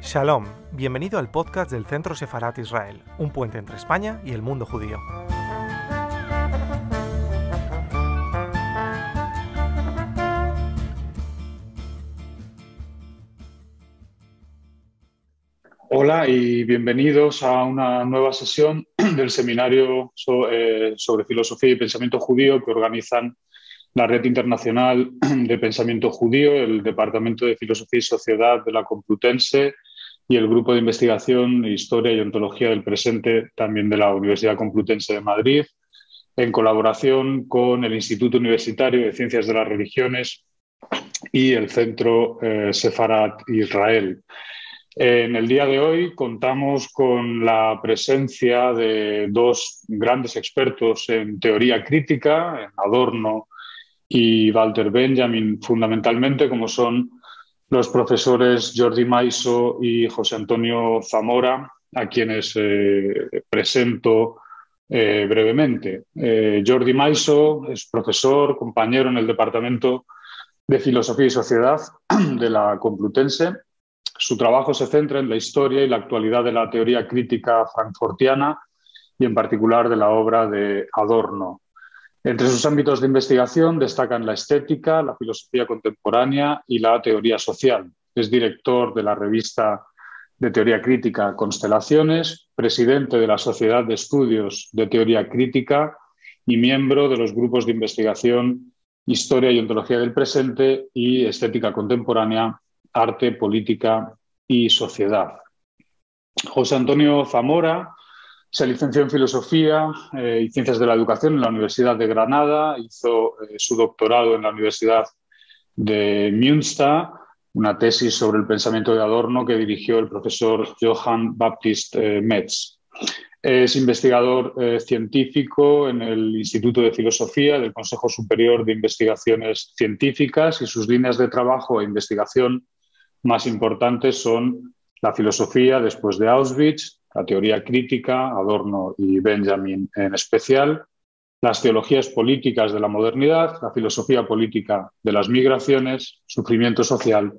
Shalom, bienvenido al podcast del Centro Sefarat Israel, un puente entre España y el mundo judío. Hola y bienvenidos a una nueva sesión del seminario sobre filosofía y pensamiento judío que organizan la Red Internacional de Pensamiento Judío, el Departamento de Filosofía y Sociedad de la Complutense y el Grupo de Investigación, Historia y Ontología del Presente, también de la Universidad Complutense de Madrid, en colaboración con el Instituto Universitario de Ciencias de las Religiones y el Centro Sefarat Israel. En el día de hoy contamos con la presencia de dos grandes expertos en teoría crítica, en Adorno y Walter Benjamin fundamentalmente, como son los profesores Jordi Maiso y José Antonio Zamora, a quienes presento brevemente. Jordi Maiso es profesor, compañero en el Departamento de Filosofía y Sociedad de la Complutense. Su trabajo se centra en la historia y la actualidad de la teoría crítica frankfurtiana y en particular de la obra de Adorno. Entre sus ámbitos de investigación destacan la estética, la filosofía contemporánea y la teoría social. Es director de la revista de teoría crítica Constelaciones, presidente de la Sociedad de Estudios de Teoría Crítica y miembro de los grupos de investigación Historia y Ontología del Presente y Estética Contemporánea, Arte, Política y Sociedad. José Antonio Zamora se licenció en Filosofía y Ciencias de la Educación en la Universidad de Granada, hizo su doctorado en la Universidad de Münster, una tesis sobre el pensamiento de Adorno que dirigió el profesor Johann Baptist Metz. Es investigador científico en el Instituto de Filosofía del Consejo Superior de Investigaciones Científicas y sus líneas de trabajo e investigación más importantes son la filosofía después de Auschwitz, la teoría crítica, Adorno y Benjamin en especial, las teologías políticas de la modernidad, la filosofía política de las migraciones, sufrimiento social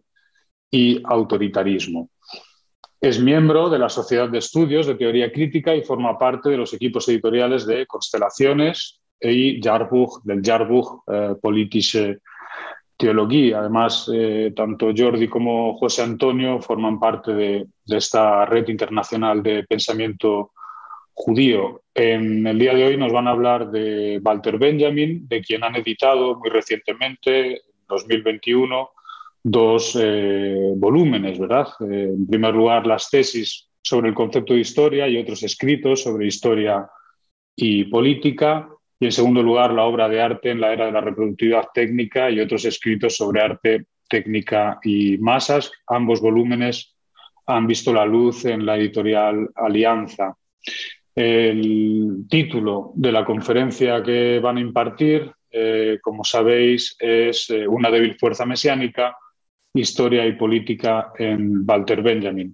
y autoritarismo. Es miembro de la Sociedad de Estudios de Teoría Crítica y forma parte de los equipos editoriales de Constelaciones y del Jahrbuch Politische Teología. Además, tanto Jordi como José Antonio forman parte de esta red internacional de pensamiento judío. En el día de hoy nos van a hablar de Walter Benjamin, de quien han editado muy recientemente, en 2021, dos volúmenes, ¿verdad? En primer lugar, las tesis sobre el concepto de historia y otros escritos sobre historia y política. Y en segundo lugar, la obra de arte en la era de la reproductividad técnica y otros escritos sobre arte, técnica y masas. Ambos volúmenes han visto la luz en la editorial Alianza. El título de la conferencia que van a impartir, como sabéis, es Una débil fuerza mesiánica, historia y política en Walter Benjamin.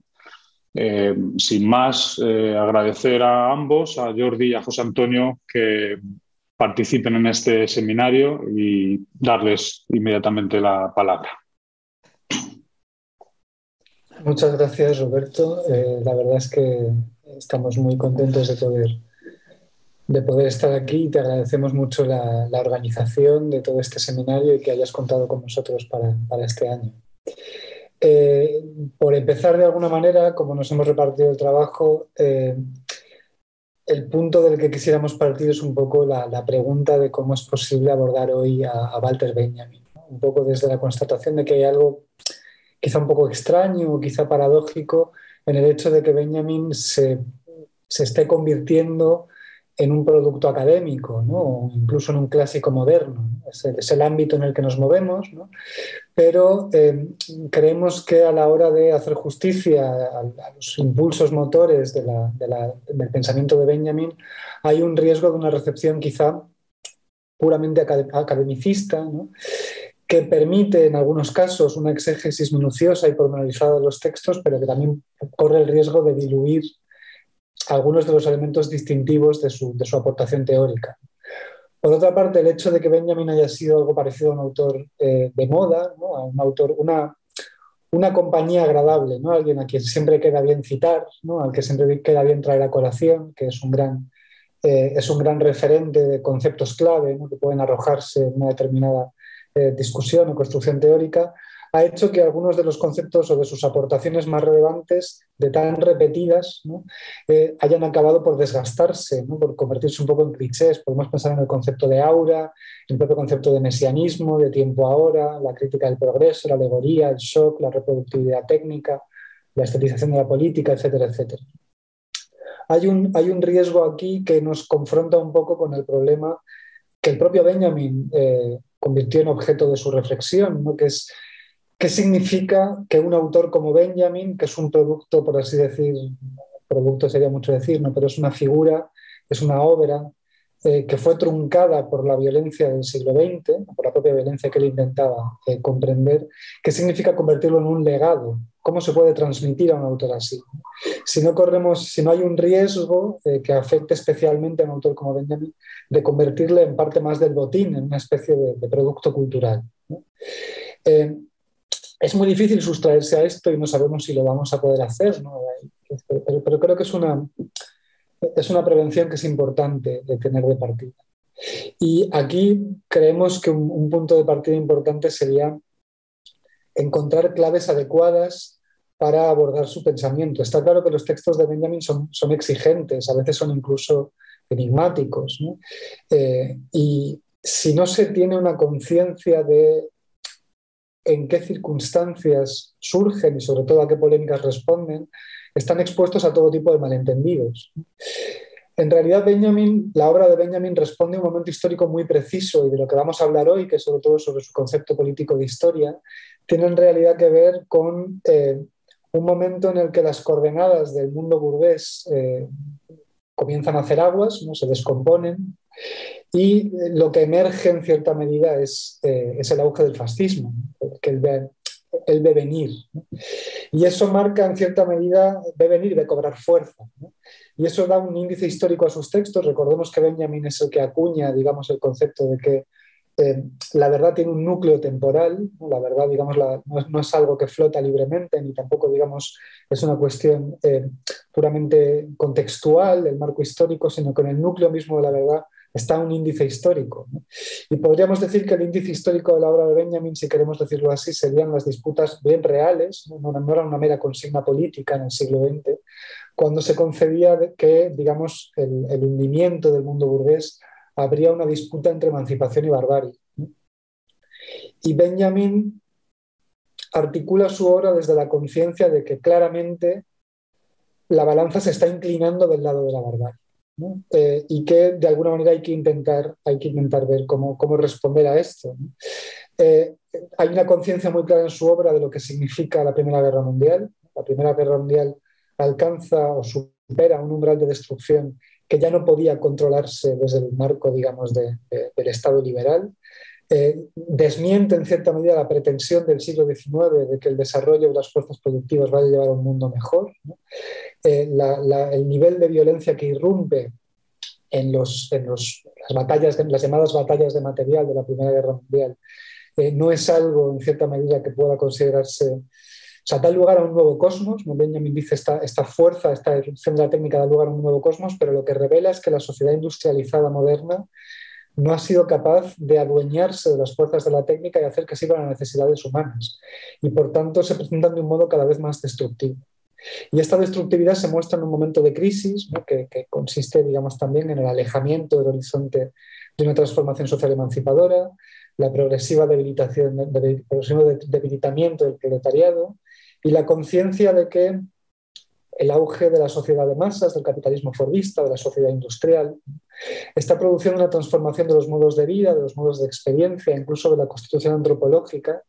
Sin más, agradecer a ambos, a Jordi y a José Antonio, que participen en este seminario y darles inmediatamente la palabra. Muchas gracias, Roberto. La verdad es que estamos muy contentos de poder estar aquí y te agradecemos mucho la organización de todo este seminario y que hayas contado con nosotros para este año. Por empezar de alguna manera, como nos hemos repartido el trabajo, el punto del que quisiéramos partir es un poco la pregunta de cómo es posible abordar hoy a Walter Benjamin, ¿no? Un poco desde la constatación de que hay algo quizá un poco extraño o quizá paradójico en el hecho de que Benjamin se esté convirtiendo en un producto académico, ¿no? O incluso en un clásico moderno, ¿no? Es el ámbito en el que nos movemos, ¿no? Pero creemos que a la hora de hacer justicia a los impulsos motores del pensamiento de Benjamin hay un riesgo de una recepción quizá puramente academicista, ¿no? Que permite en algunos casos una exégesis minuciosa y pormenorizada de los textos, pero que también corre el riesgo de diluir algunos de los elementos distintivos de su aportación teórica. Por otra parte, el hecho de que Benjamin haya sido algo parecido a un autor de moda, ¿no? A un autor, una compañía agradable, ¿no? Alguien a quien siempre queda bien citar, ¿no? Al que siempre queda bien traer a colación, que es un gran referente de conceptos clave, ¿no? Que pueden arrojarse en una determinada discusión o construcción teórica, ha hecho que algunos de los conceptos o de sus aportaciones más relevantes, de tan repetidas, ¿no? Hayan acabado por desgastarse, ¿no? Por convertirse un poco en clichés. Podemos pensar en el concepto de aura, el propio concepto de mesianismo, de tiempo ahora, la crítica del progreso, la alegoría, el shock, la reproductividad técnica, la estetización de la política, etcétera, etcétera. Hay un riesgo aquí que nos confronta un poco con el problema que el propio Benjamin convirtió en objeto de su reflexión, ¿no? Que es qué significa que un autor como Benjamin, que es un producto, por así decir, producto sería mucho decir, ¿no? Pero es una figura, es una obra que fue truncada por la violencia del siglo XX, por la propia violencia que él intentaba comprender, qué significa convertirlo en un legado, cómo se puede transmitir a un autor así. Si no hay un riesgo que afecte especialmente a un autor como Benjamin, de convertirle en parte más del botín, en una especie de producto cultural, ¿no? Es muy difícil sustraerse a esto y no sabemos si lo vamos a poder hacer, ¿no? Pero creo que es una prevención que es importante de tener de partida. Y aquí creemos que un punto de partida importante sería encontrar claves adecuadas para abordar su pensamiento. Está claro que los textos de Benjamin son exigentes, a veces son incluso enigmáticos, ¿no? Y si no se tiene una conciencia de en qué circunstancias surgen y sobre todo a qué polémicas responden, están expuestos a todo tipo de malentendidos. En realidad, la obra de Benjamin responde a un momento histórico muy preciso y de lo que vamos a hablar hoy, que es sobre todo sobre su concepto político de historia, tiene en realidad que ver con un momento en el que las coordenadas del mundo burgués comienzan a hacer aguas, ¿no? Se descomponen, y lo que emerge en cierta medida es el auge del fascismo, que él ve venir, ¿no? Y eso marca en cierta medida, ve venir y ve cobrar fuerza, ¿no? Y eso da un índice histórico a sus textos. Recordemos que Benjamin es el que acuña, digamos, el concepto de que la verdad tiene un núcleo temporal, ¿no? La verdad, digamos, no es algo que flota libremente, ni tampoco, digamos, es una cuestión puramente contextual, el marco histórico, sino que en el núcleo mismo de la verdad está un índice histórico, ¿no? Y podríamos decir que el índice histórico de la obra de Benjamin, si queremos decirlo así, serían las disputas bien reales, no era una mera consigna política en el siglo XX, cuando se concebía que, digamos, el hundimiento del mundo burgués habría una disputa entre emancipación y barbarie, ¿no? Y Benjamin articula su obra desde la conciencia de que claramente la balanza se está inclinando del lado de la barbarie, ¿no? Y que de alguna manera hay que intentar ver cómo responder a esto, ¿no? Hay una conciencia muy clara en su obra de lo que significa la Primera Guerra Mundial. La Primera Guerra Mundial alcanza o supera un umbral de destrucción que ya no podía controlarse desde el marco, digamos, del Estado liberal. Desmiente en cierta medida la pretensión del siglo XIX de que el desarrollo de las fuerzas productivas vaya a llevar a un mundo mejor, ¿no? El nivel de violencia que irrumpe en las llamadas batallas de material de la Primera Guerra Mundial no es algo, en cierta medida, que pueda considerarse. O sea, da lugar a un nuevo cosmos. Benjamin dice esta fuerza, esta irrupción de la técnica da lugar a un nuevo cosmos, pero lo que revela es que la sociedad industrializada moderna no ha sido capaz de adueñarse de las fuerzas de la técnica y hacer que sirvan a las necesidades humanas. Y por tanto se presentan de un modo cada vez más destructivo. Y esta destructividad se muestra en un momento de crisis, ¿no? que consiste, digamos, también en el alejamiento del horizonte de una transformación social emancipadora, la progresivo debilitamiento del proletariado y la conciencia de que el auge de la sociedad de masas, del capitalismo fordista, de la sociedad industrial, está produciendo una transformación de los modos de vida, de los modos de experiencia, incluso de la constitución antropológica,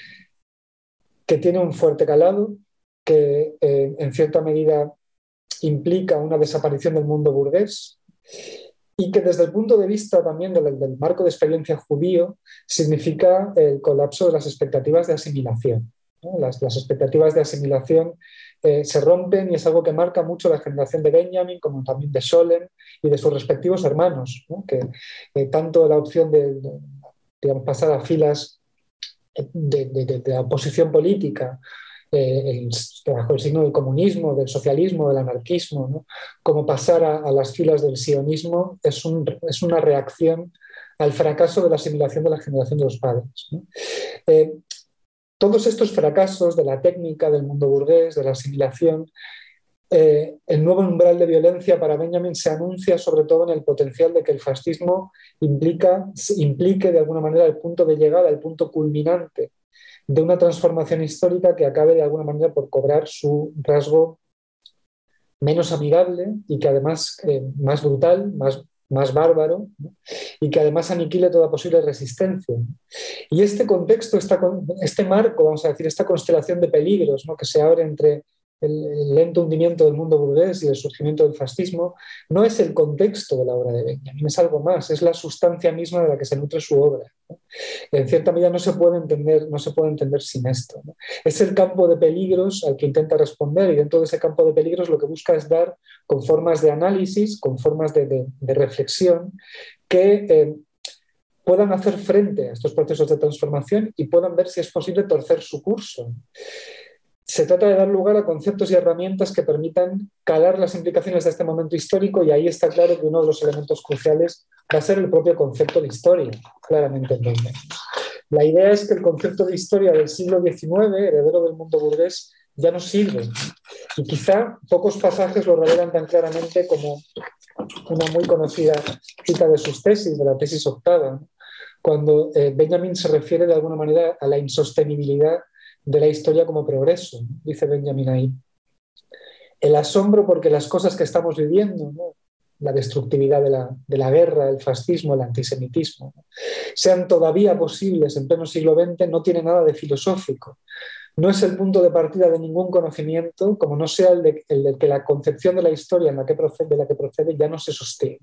que tiene un fuerte calado, que en cierta medida implica una desaparición del mundo burgués y que desde el punto de vista también del marco de experiencia judío significa el colapso de las expectativas de asimilación, ¿no? Las expectativas de asimilación se rompen y es algo que marca mucho la generación de Benjamin como también de Scholem y de sus respectivos hermanos, ¿no? Que tanto la opción de digamos, pasar a filas de la oposición política bajo el signo del comunismo, del socialismo, del anarquismo, ¿no? Como pasar a las filas del sionismo es una reacción al fracaso de la asimilación de la generación de los padres, ¿no? Eh, Todos estos fracasos de la técnica, del mundo burgués, de la asimilación, el nuevo umbral de violencia para Benjamin se anuncia sobre todo en el potencial de que el fascismo implique de alguna manera el punto de llegada, el punto culminante de una transformación histórica que acabe de alguna manera por cobrar su rasgo menos amigable y que además más brutal, más bárbaro, ¿no? Y que además aniquile toda posible resistencia, ¿no? Y este contexto, este marco, vamos a decir, esta constelación de peligros, ¿no?, que se abre entre el lento hundimiento del mundo burgués y el surgimiento del fascismo, no es el contexto de la obra de Benjamin, es algo más, es la sustancia misma de la que se nutre su obra, ¿no? En cierta medida no se puede entender sin esto, ¿no? Es el campo de peligros al que intenta responder, y dentro de ese campo de peligros lo que busca es dar con formas de análisis, con formas de reflexión que puedan hacer frente a estos procesos de transformación y puedan ver si es posible torcer su curso. Se trata de dar lugar a conceptos y herramientas que permitan calar las implicaciones de este momento histórico, y ahí está claro que uno de los elementos cruciales va a ser el propio concepto de historia, claramente en Benjamin. La idea es que el concepto de historia del siglo XIX, heredero del mundo burgués, ya no sirve. Y quizá pocos pasajes lo revelan tan claramente como una muy conocida cita de sus tesis, de la tesis octava, ¿no?, cuando Benjamin se refiere de alguna manera a la insostenibilidad de la historia como progreso, ¿no? Dice Benjamin ahí: el asombro porque las cosas que estamos viviendo, ¿no?, la destructividad de la guerra, el fascismo, el antisemitismo, ¿no?, sean todavía posibles en pleno siglo XX, no tiene nada de filosófico. No es el punto de partida de ningún conocimiento, como no sea el de que la concepción de la historia de la que procede ya no se sostiene.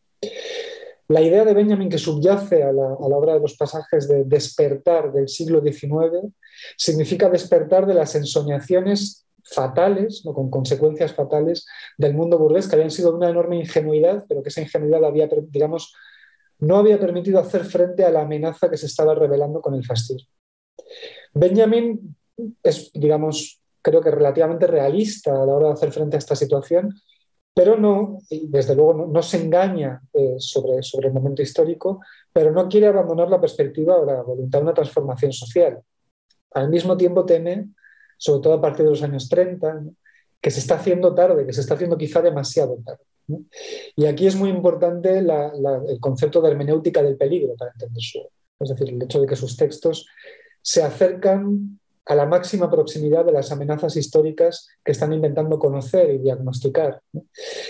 La idea de Benjamin que subyace a la obra de los pasajes de despertar del siglo XIX significa despertar de las ensoñaciones fatales, ¿no?, con consecuencias fatales del mundo burgués, que habían sido de una enorme ingenuidad, pero que esa ingenuidad había, digamos, no había permitido hacer frente a la amenaza que se estaba revelando con el fascismo. Benjamin es, digamos, creo que relativamente realista a la hora de hacer frente a esta situación, pero no, y desde luego no se engaña sobre el momento histórico, pero no quiere abandonar la perspectiva o la voluntad de una transformación social. Al mismo tiempo teme, sobre todo a partir de los años 30, ¿no?, que se está haciendo tarde, que se está haciendo quizá demasiado tarde, ¿no? Y aquí es muy importante el concepto de hermenéutica del peligro para entender su obra. Es decir, el hecho de que sus textos se acercan a la máxima proximidad de las amenazas históricas que están intentando conocer y diagnosticar, ¿no?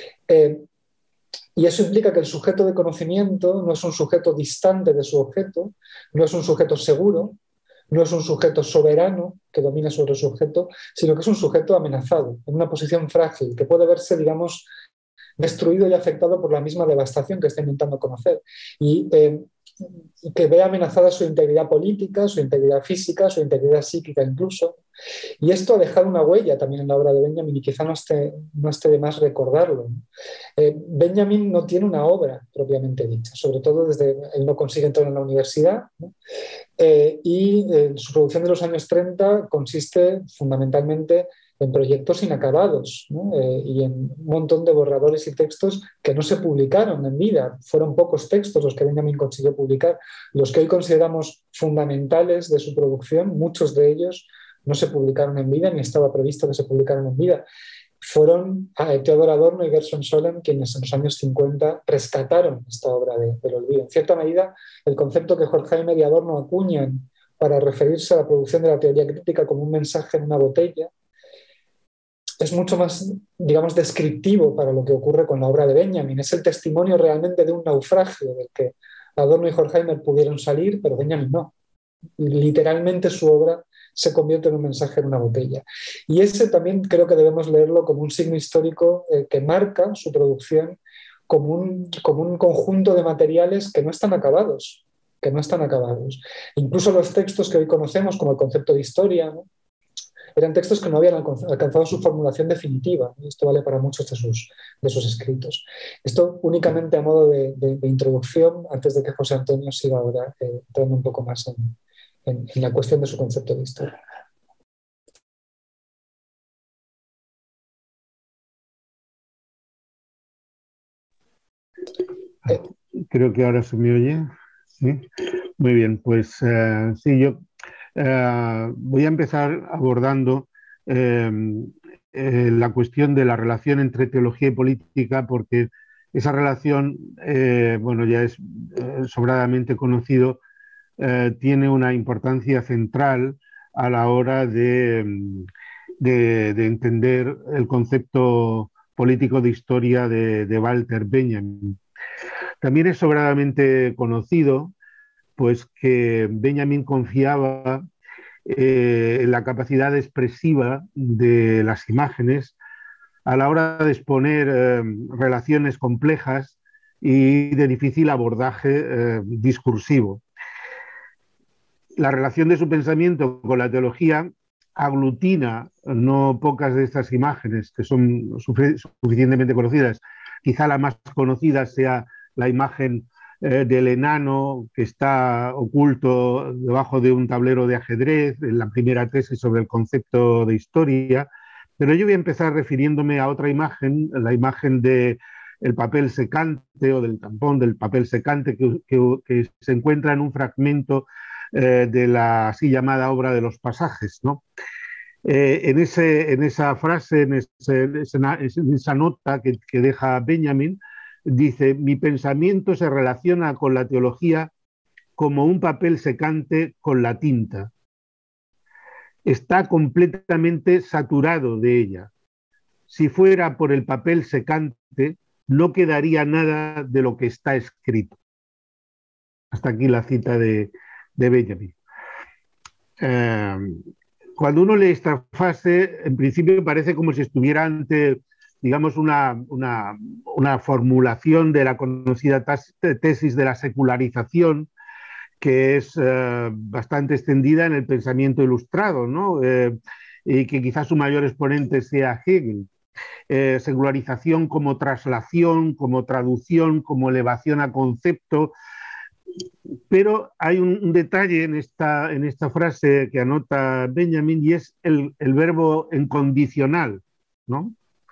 Y eso implica que el sujeto de conocimiento no es un sujeto distante de su objeto, no es un sujeto seguro, no es un sujeto soberano que domina sobre su objeto, sino que es un sujeto amenazado, en una posición frágil, que puede verse, digamos, destruido y afectado por la misma devastación que está intentando conocer. Y que ve amenazada su integridad política, su integridad física, su integridad psíquica incluso. Y esto ha dejado una huella también en la obra de Benjamin, y quizá no esté de más recordarlo, ¿no? Benjamin no tiene una obra propiamente dicha, sobre todo él no consigue entrar en la universidad, ¿no? Su producción de los años 30 consiste fundamentalmente en proyectos inacabados, ¿no? Y en un montón de borradores y textos que no se publicaron en vida. Fueron pocos textos los que Benjamin consiguió publicar. Los que hoy consideramos fundamentales de su producción, muchos de ellos no se publicaron en vida, ni estaba previsto que se publicaran en vida. Fueron Theodor Adorno y Gershom Scholem quienes en los años 50 rescataron esta obra del olvido. En cierta medida, el concepto que Horkheimer y Adorno acuñan para referirse a la producción de la teoría crítica como un mensaje en una botella es mucho más, digamos, descriptivo para lo que ocurre con la obra de Benjamin. Es el testimonio realmente de un naufragio del que Adorno y Horkheimer pudieron salir, pero Benjamin no. Literalmente su obra se convierte en un mensaje en una botella. Y ese también creo que debemos leerlo como un signo histórico que marca su producción como un conjunto de materiales que no están acabados, que no están acabados. Incluso los textos que hoy conocemos, como el concepto de historia, ¿no?, eran textos que no habían alcanzado su formulación definitiva. Esto vale para muchos de sus escritos. Esto únicamente a modo de introducción, antes de que José Antonio siga ahora entrando un poco más en la cuestión de su concepto de historia. Creo que ahora se me oye. ¿Sí? Muy bien, pues sí, yo voy a empezar abordando eh, la cuestión de la relación entre teología y política, porque esa relación, bueno, ya es sobradamente conocido, tiene una importancia central a la hora de entender el concepto político de historia de Walter Benjamin. También es sobradamente conocido pues que Benjamin confiaba en la capacidad expresiva de las imágenes a la hora de exponer relaciones complejas y de difícil abordaje discursivo. La relación de su pensamiento con la teología aglutina no pocas de estas imágenes que son suficientemente conocidas. Quizá la más conocida sea la imagen del enano que está oculto debajo de un tablero de ajedrez, en la primera tesis sobre el concepto de historia. Pero yo voy a empezar refiriéndome a otra imagen, la imagen del papel secante o del tampón del papel secante que se encuentra en un fragmento de la así llamada obra de los pasajes, ¿no? En esa frase, en esa nota que deja Benjamin, dice: mi pensamiento se relaciona con la teología como un papel secante con la tinta. Está completamente saturado de ella. Si fuera por el papel secante, no quedaría nada de lo que está escrito. Hasta aquí la cita de Benjamin. Cuando uno lee esta fase, en principio parece como si estuviera ante, digamos, una formulación de la conocida tesis de la secularización, que es bastante extendida en el pensamiento ilustrado, ¿no? Y que quizás su mayor exponente sea Hegel. Secularización como traslación, como traducción, como elevación a concepto. Pero hay un detalle en esta frase que anota Benjamin, y es el verbo en condicional, ¿no?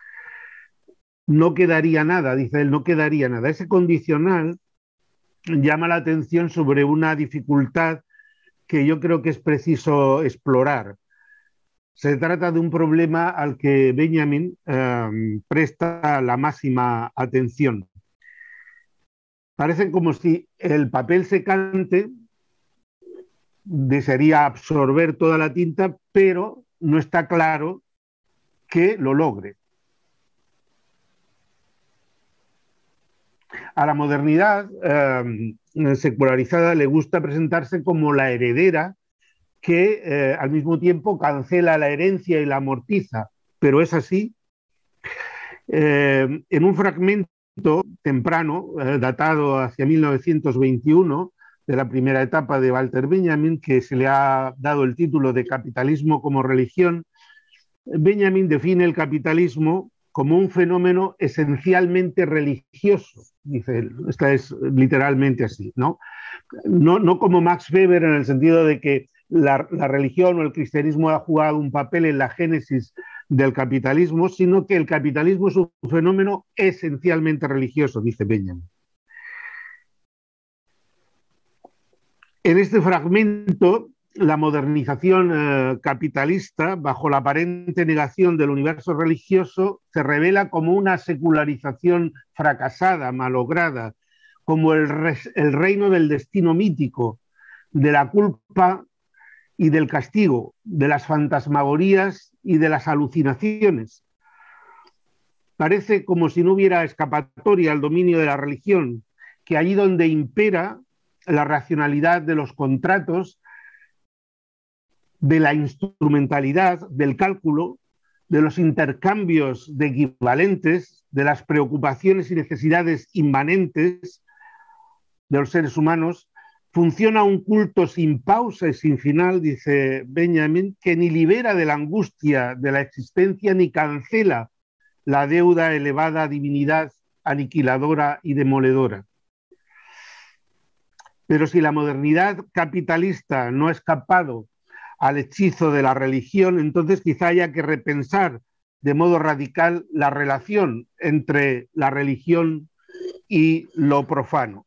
No quedaría nada, dice él, no quedaría nada. Ese condicional llama la atención sobre una dificultad que yo creo que es preciso explorar. Se trata de un problema al que Benjamin presta la máxima atención. Parece como si el papel secante desearía absorber toda la tinta, pero no está claro que lo logre. A la modernidad secularizada le gusta presentarse como la heredera que al mismo tiempo cancela la herencia y la amortiza, pero es así. En un fragmento temprano, datado hacia 1921, de la primera etapa de Walter Benjamin, que se le ha dado el título de Capitalismo como religión, Benjamin define el capitalismo como un fenómeno esencialmente religioso, dice él. Esta es literalmente así, ¿no? No como Max Weber, en el sentido de que la religión o el cristianismo ha jugado un papel en la génesis del capitalismo, sino que el capitalismo es un fenómeno esencialmente religioso, dice Benjamin. En este fragmento, la modernización capitalista, bajo la aparente negación del universo religioso, se revela como una secularización fracasada, malograda, como el reino del destino mítico, de la culpa y del castigo, de las fantasmagorías y de las alucinaciones. Parece como si no hubiera escapatoria al dominio de la religión, que allí donde impera la racionalidad de los contratos, de la instrumentalidad, del cálculo, de los intercambios de equivalentes, de las preocupaciones y necesidades inmanentes de los seres humanos, funciona un culto sin pausa y sin final, dice Benjamin, que ni libera de la angustia de la existencia ni cancela la deuda elevada a divinidad aniquiladora y demoledora. Pero si la modernidad capitalista no ha escapado al hechizo de la religión, entonces quizá haya que repensar de modo radical la relación entre la religión y lo profano.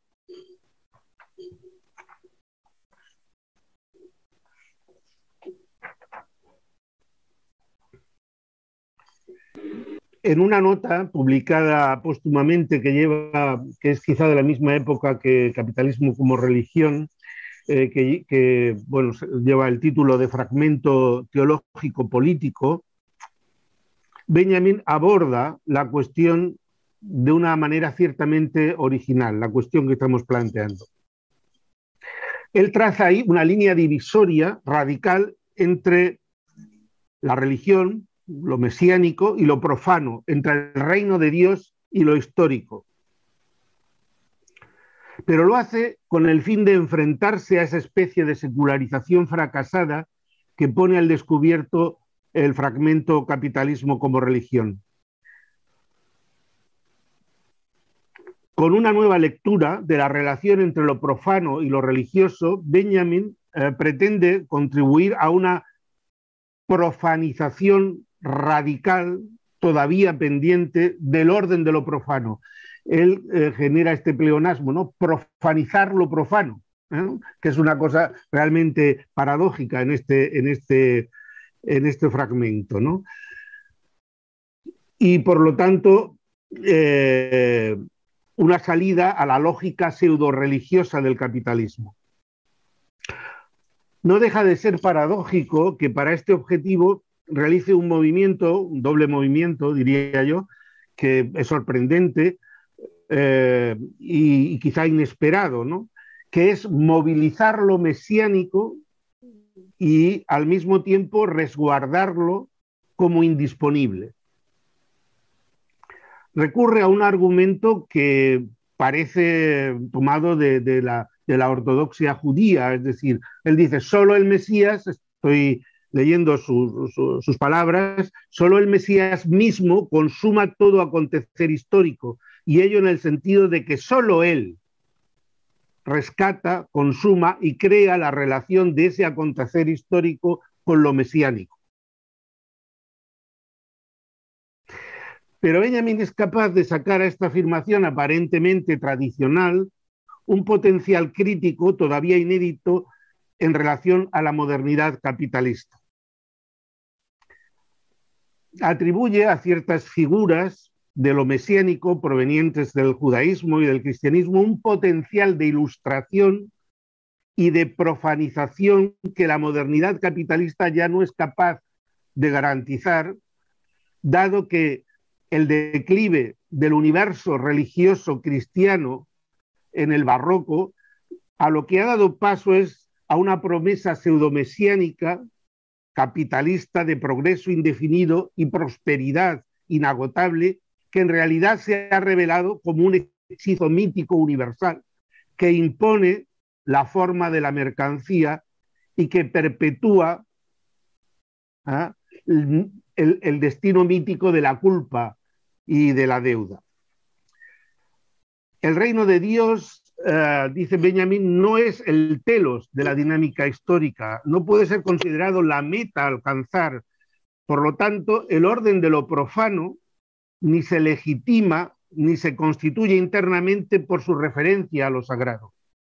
En una nota publicada póstumamente que es quizá de la misma época que Capitalismo como religión, bueno, lleva el título de Fragmento teológico político, Benjamin aborda la cuestión de una manera ciertamente original, la cuestión que estamos planteando. Él traza ahí una línea divisoria radical entre la religión, lo mesiánico, y lo profano, entre el reino de Dios y lo histórico. Pero lo hace con el fin de enfrentarse a esa especie de secularización fracasada que pone al descubierto el fragmento Capitalismo como religión. Con una nueva lectura de la relación entre lo profano y lo religioso, Benjamin pretende contribuir a una profanización radical todavía pendiente del orden de lo profano. Él genera este pleonasmo, ¿no? Profanizar lo profano, que es una cosa realmente paradójica en este fragmento, ¿no? Y por lo tanto, una salida a la lógica pseudo-religiosa del capitalismo. No deja de ser paradójico que para este objetivo realice un movimiento, un doble movimiento, diría yo, que es sorprendente y quizá inesperado, ¿no? Que es movilizar lo mesiánico y al mismo tiempo resguardarlo como indisponible. Recurre a un argumento que parece tomado de la ortodoxia judía, es decir, él dice, solo el Mesías, estoy leyendo sus palabras, solo el Mesías mismo consuma todo acontecer histórico, y ello en el sentido de que solo él rescata, consuma y crea la relación de ese acontecer histórico con lo mesiánico. Pero Benjamin es capaz de sacar a esta afirmación aparentemente tradicional un potencial crítico todavía inédito en relación a la modernidad capitalista. Atribuye a ciertas figuras de lo mesiánico provenientes del judaísmo y del cristianismo un potencial de ilustración y de profanización que la modernidad capitalista ya no es capaz de garantizar, dado que el declive del universo religioso cristiano en el barroco a lo que ha dado paso es a una promesa pseudomesiánica capitalista de progreso indefinido y prosperidad inagotable que en realidad se ha revelado como un hechizo mítico universal que impone la forma de la mercancía y que perpetúa el destino mítico de la culpa y de la deuda. El reino de Dios, dice Benjamin, no es el telos de la dinámica histórica, no puede ser considerado la meta a alcanzar. Por lo tanto, el orden de lo profano ni se legitima ni se constituye internamente por su referencia a lo sagrado.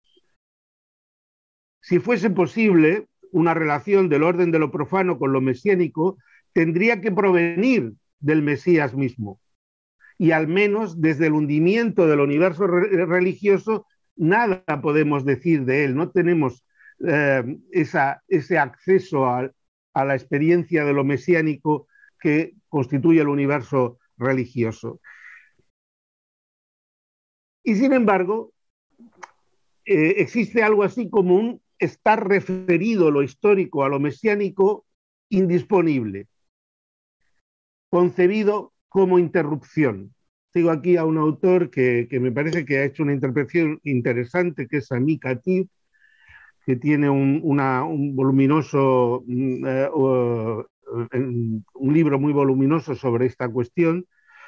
Si fuese posible una relación del orden de lo profano con lo mesiánico, tendría que provenir del Mesías mismo. Y al menos desde el hundimiento del universo religioso, nada podemos decir de él. No tenemos ese acceso a la experiencia de lo mesiánico que constituye el universo religioso. Y sin embargo, existe algo así como un estar referido lo histórico a lo mesiánico indisponible, concebido como interrupción. Sigo aquí a un autor que me parece que ha hecho una interpretación interesante, que es Ami Katib, que tiene un voluminoso, un libro muy voluminoso sobre esta cuestión,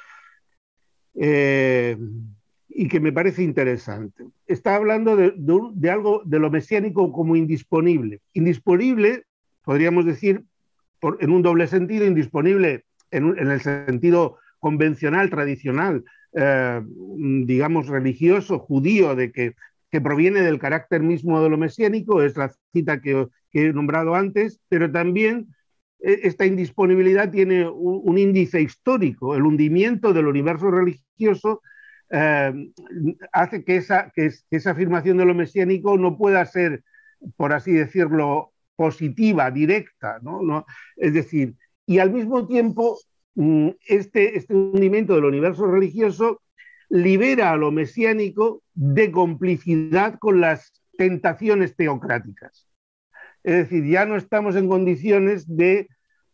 y que me parece interesante. Está hablando de algo de lo mesiánico como indisponible. Indisponible, podríamos decir, en un doble sentido, indisponible en el sentido convencional, tradicional, digamos, religioso, judío, que proviene del carácter mismo de lo mesiánico, es la cita que he nombrado antes, pero también esta indisponibilidad tiene un índice histórico. El hundimiento del universo religioso hace que esa afirmación de lo mesiánico no pueda ser, por así decirlo, positiva, directa, ¿no? Es decir, y al mismo tiempo este hundimiento del universo religioso libera a lo mesiánico de complicidad con las tentaciones teocráticas. Es decir, ya no estamos en condiciones de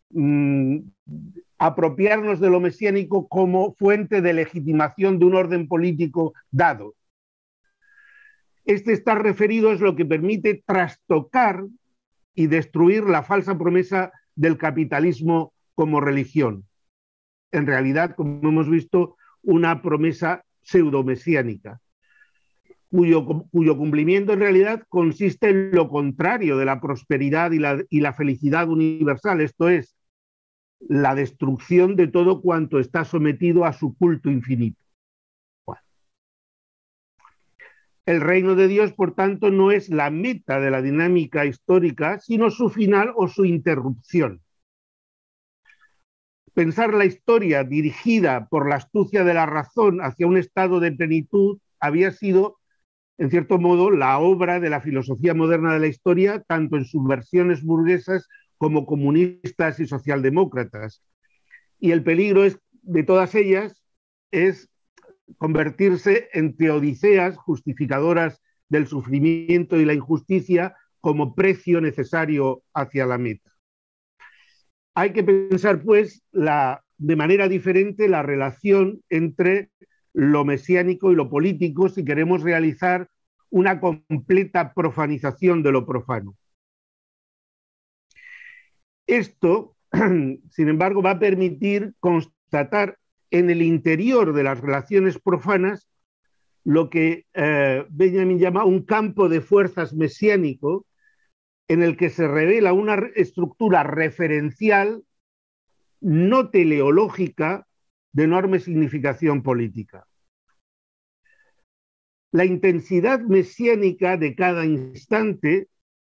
apropiarnos de lo mesiánico como fuente de legitimación de un orden político dado. Este estar referido es lo que permite trastocar y destruir la falsa promesa del capitalismo como religión. En realidad, como hemos visto, una promesa pseudomesiánica, cuyo cumplimiento en realidad consiste en lo contrario de la prosperidad y la felicidad universal, esto es, la destrucción de todo cuanto está sometido a su culto infinito. Bueno. El reino de Dios, por tanto, no es la meta de la dinámica histórica, sino su final o su interrupción. Pensar la historia dirigida por la astucia de la razón hacia un estado de plenitud había sido, en cierto modo, la obra de la filosofía moderna de la historia, tanto en sus versiones burguesas como comunistas y socialdemócratas. Y el peligro de todas ellas es convertirse en teodiceas justificadoras del sufrimiento y la injusticia como precio necesario hacia la meta. Hay que pensar, pues, de manera diferente la relación entre lo mesiánico y lo político si queremos realizar una completa profanización de lo profano. Esto, sin embargo, va a permitir constatar en el interior de las relaciones profanas lo que Benjamin llama un campo de fuerzas mesiánico, en el que se revela una estructura referencial no teleológica de enorme significación política. La intensidad mesiánica de cada instante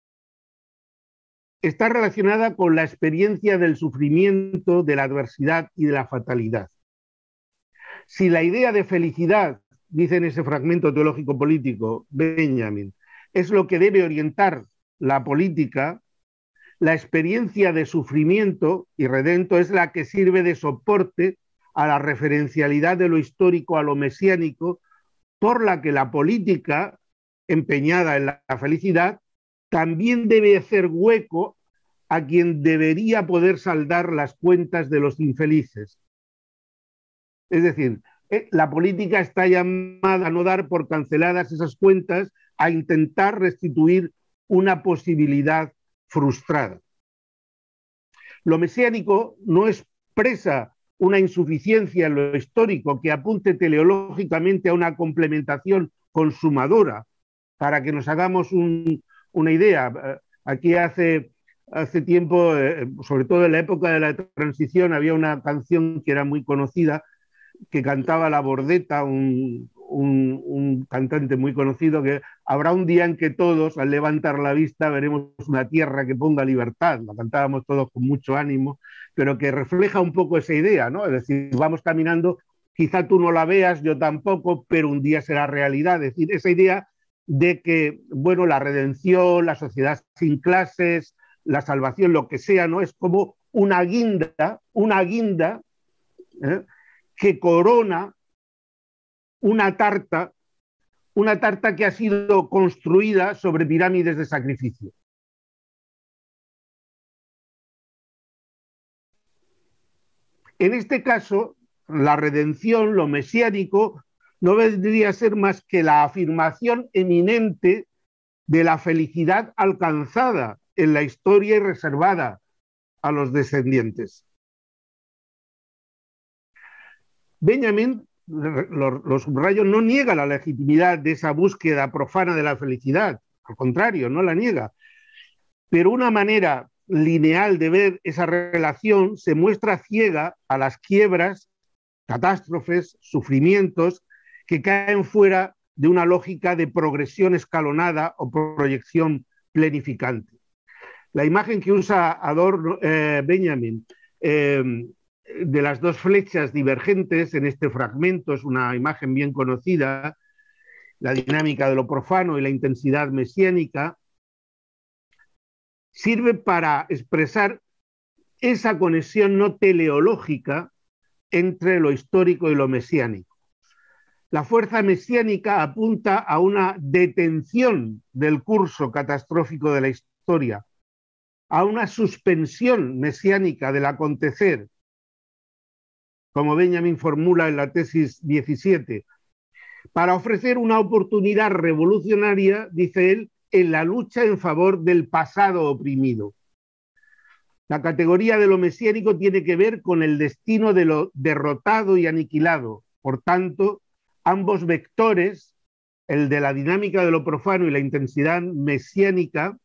está relacionada con la experiencia del sufrimiento, de la adversidad y de la fatalidad. Si la idea de felicidad, dice en ese fragmento teológico político Benjamin, es lo que debe orientar la política, la experiencia de sufrimiento y redento es la que sirve de soporte a la referencialidad de lo histórico a lo mesiánico, por la que la política, empeñada en la felicidad, también debe hacer hueco a quien debería poder saldar las cuentas de los infelices. Es decir, la política está llamada a no dar por canceladas esas cuentas, a intentar restituir una posibilidad frustrada. Lo mesiánico no expresa una insuficiencia en lo histórico que apunte teleológicamente a una complementación consumadora. Para que nos hagamos una idea, aquí hace tiempo, sobre todo en la época de la transición, había una canción que era muy conocida, que cantaba La Bordeta, un cantante muy conocido, que habrá un día en que todos, al levantar la vista, veremos una tierra que ponga libertad. La cantábamos todos con mucho ánimo, pero que refleja un poco esa idea, ¿no? Es decir, vamos caminando, quizá tú no la veas, yo tampoco, pero un día será realidad. Es decir, esa idea de que, bueno, la redención, la sociedad sin clases, la salvación, lo que sea, ¿no? Es como una guinda, que corona una tarta que ha sido construida sobre pirámides de sacrificio. En este caso, la redención, lo mesiánico, no vendría a ser más que la afirmación eminente de la felicidad alcanzada en la historia y reservada a los descendientes. Benjamin, los subrayos, no niega la legitimidad de esa búsqueda profana de la felicidad, al contrario, no la niega, pero una manera lineal de ver esa relación se muestra ciega a las quiebras catástrofes, sufrimientos que caen fuera de una lógica de progresión escalonada o proyección planificante. La imagen que usa Benjamin de las dos flechas divergentes en este fragmento es una imagen bien conocida, la dinámica de lo profano y la intensidad mesiánica, sirve para expresar esa conexión no teleológica entre lo histórico y lo mesiánico. La fuerza mesiánica apunta a una detención del curso catastrófico de la historia, a una suspensión mesiánica del acontecer, como Benjamin formula en la tesis 17, para ofrecer una oportunidad revolucionaria, dice él, en la lucha en favor del pasado oprimido. La categoría de lo mesiánico tiene que ver con el destino de lo derrotado y aniquilado. Por tanto, ambos vectores, el de la dinámica de lo profano y la intensidad mesiánica,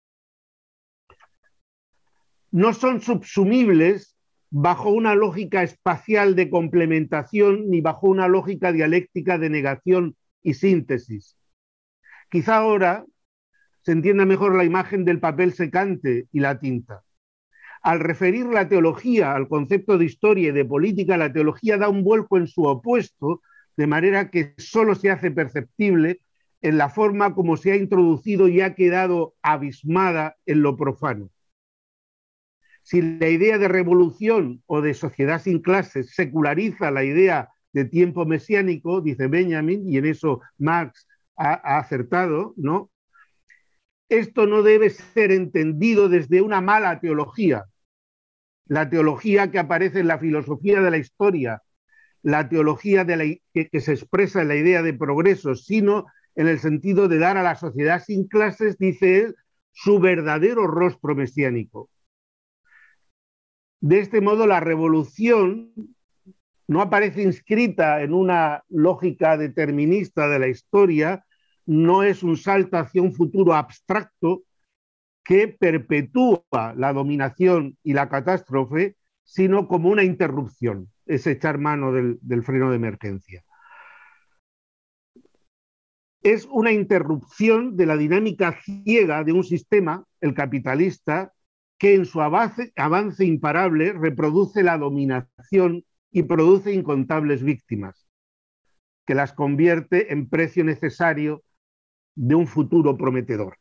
no son subsumibles bajo una lógica espacial de complementación ni bajo una lógica dialéctica de negación y síntesis. Quizá ahora se entienda mejor la imagen del papel secante y la tinta. Al referir la teología al concepto de historia y de política, la teología da un vuelco en su opuesto, de manera que solo se hace perceptible en la forma como se ha introducido y ha quedado abismada en lo profano. Si la idea de revolución o de sociedad sin clases seculariza la idea de tiempo mesiánico, dice Benjamin, y en eso Marx ha acertado, ¿no? Esto no debe ser entendido desde una mala teología. La teología que aparece en la filosofía de la historia, la teología que se expresa en la idea de progreso, sino en el sentido de dar a la sociedad sin clases, dice él, su verdadero rostro mesiánico. De este modo, la revolución no aparece inscrita en una lógica determinista de la historia, no es un salto hacia un futuro abstracto que perpetúa la dominación y la catástrofe, sino como una interrupción, es echar mano del freno de emergencia. Es una interrupción de la dinámica ciega de un sistema, el capitalista, que en su avance imparable reproduce la dominación y produce incontables víctimas, que las convierte en precio necesario de un futuro prometedor.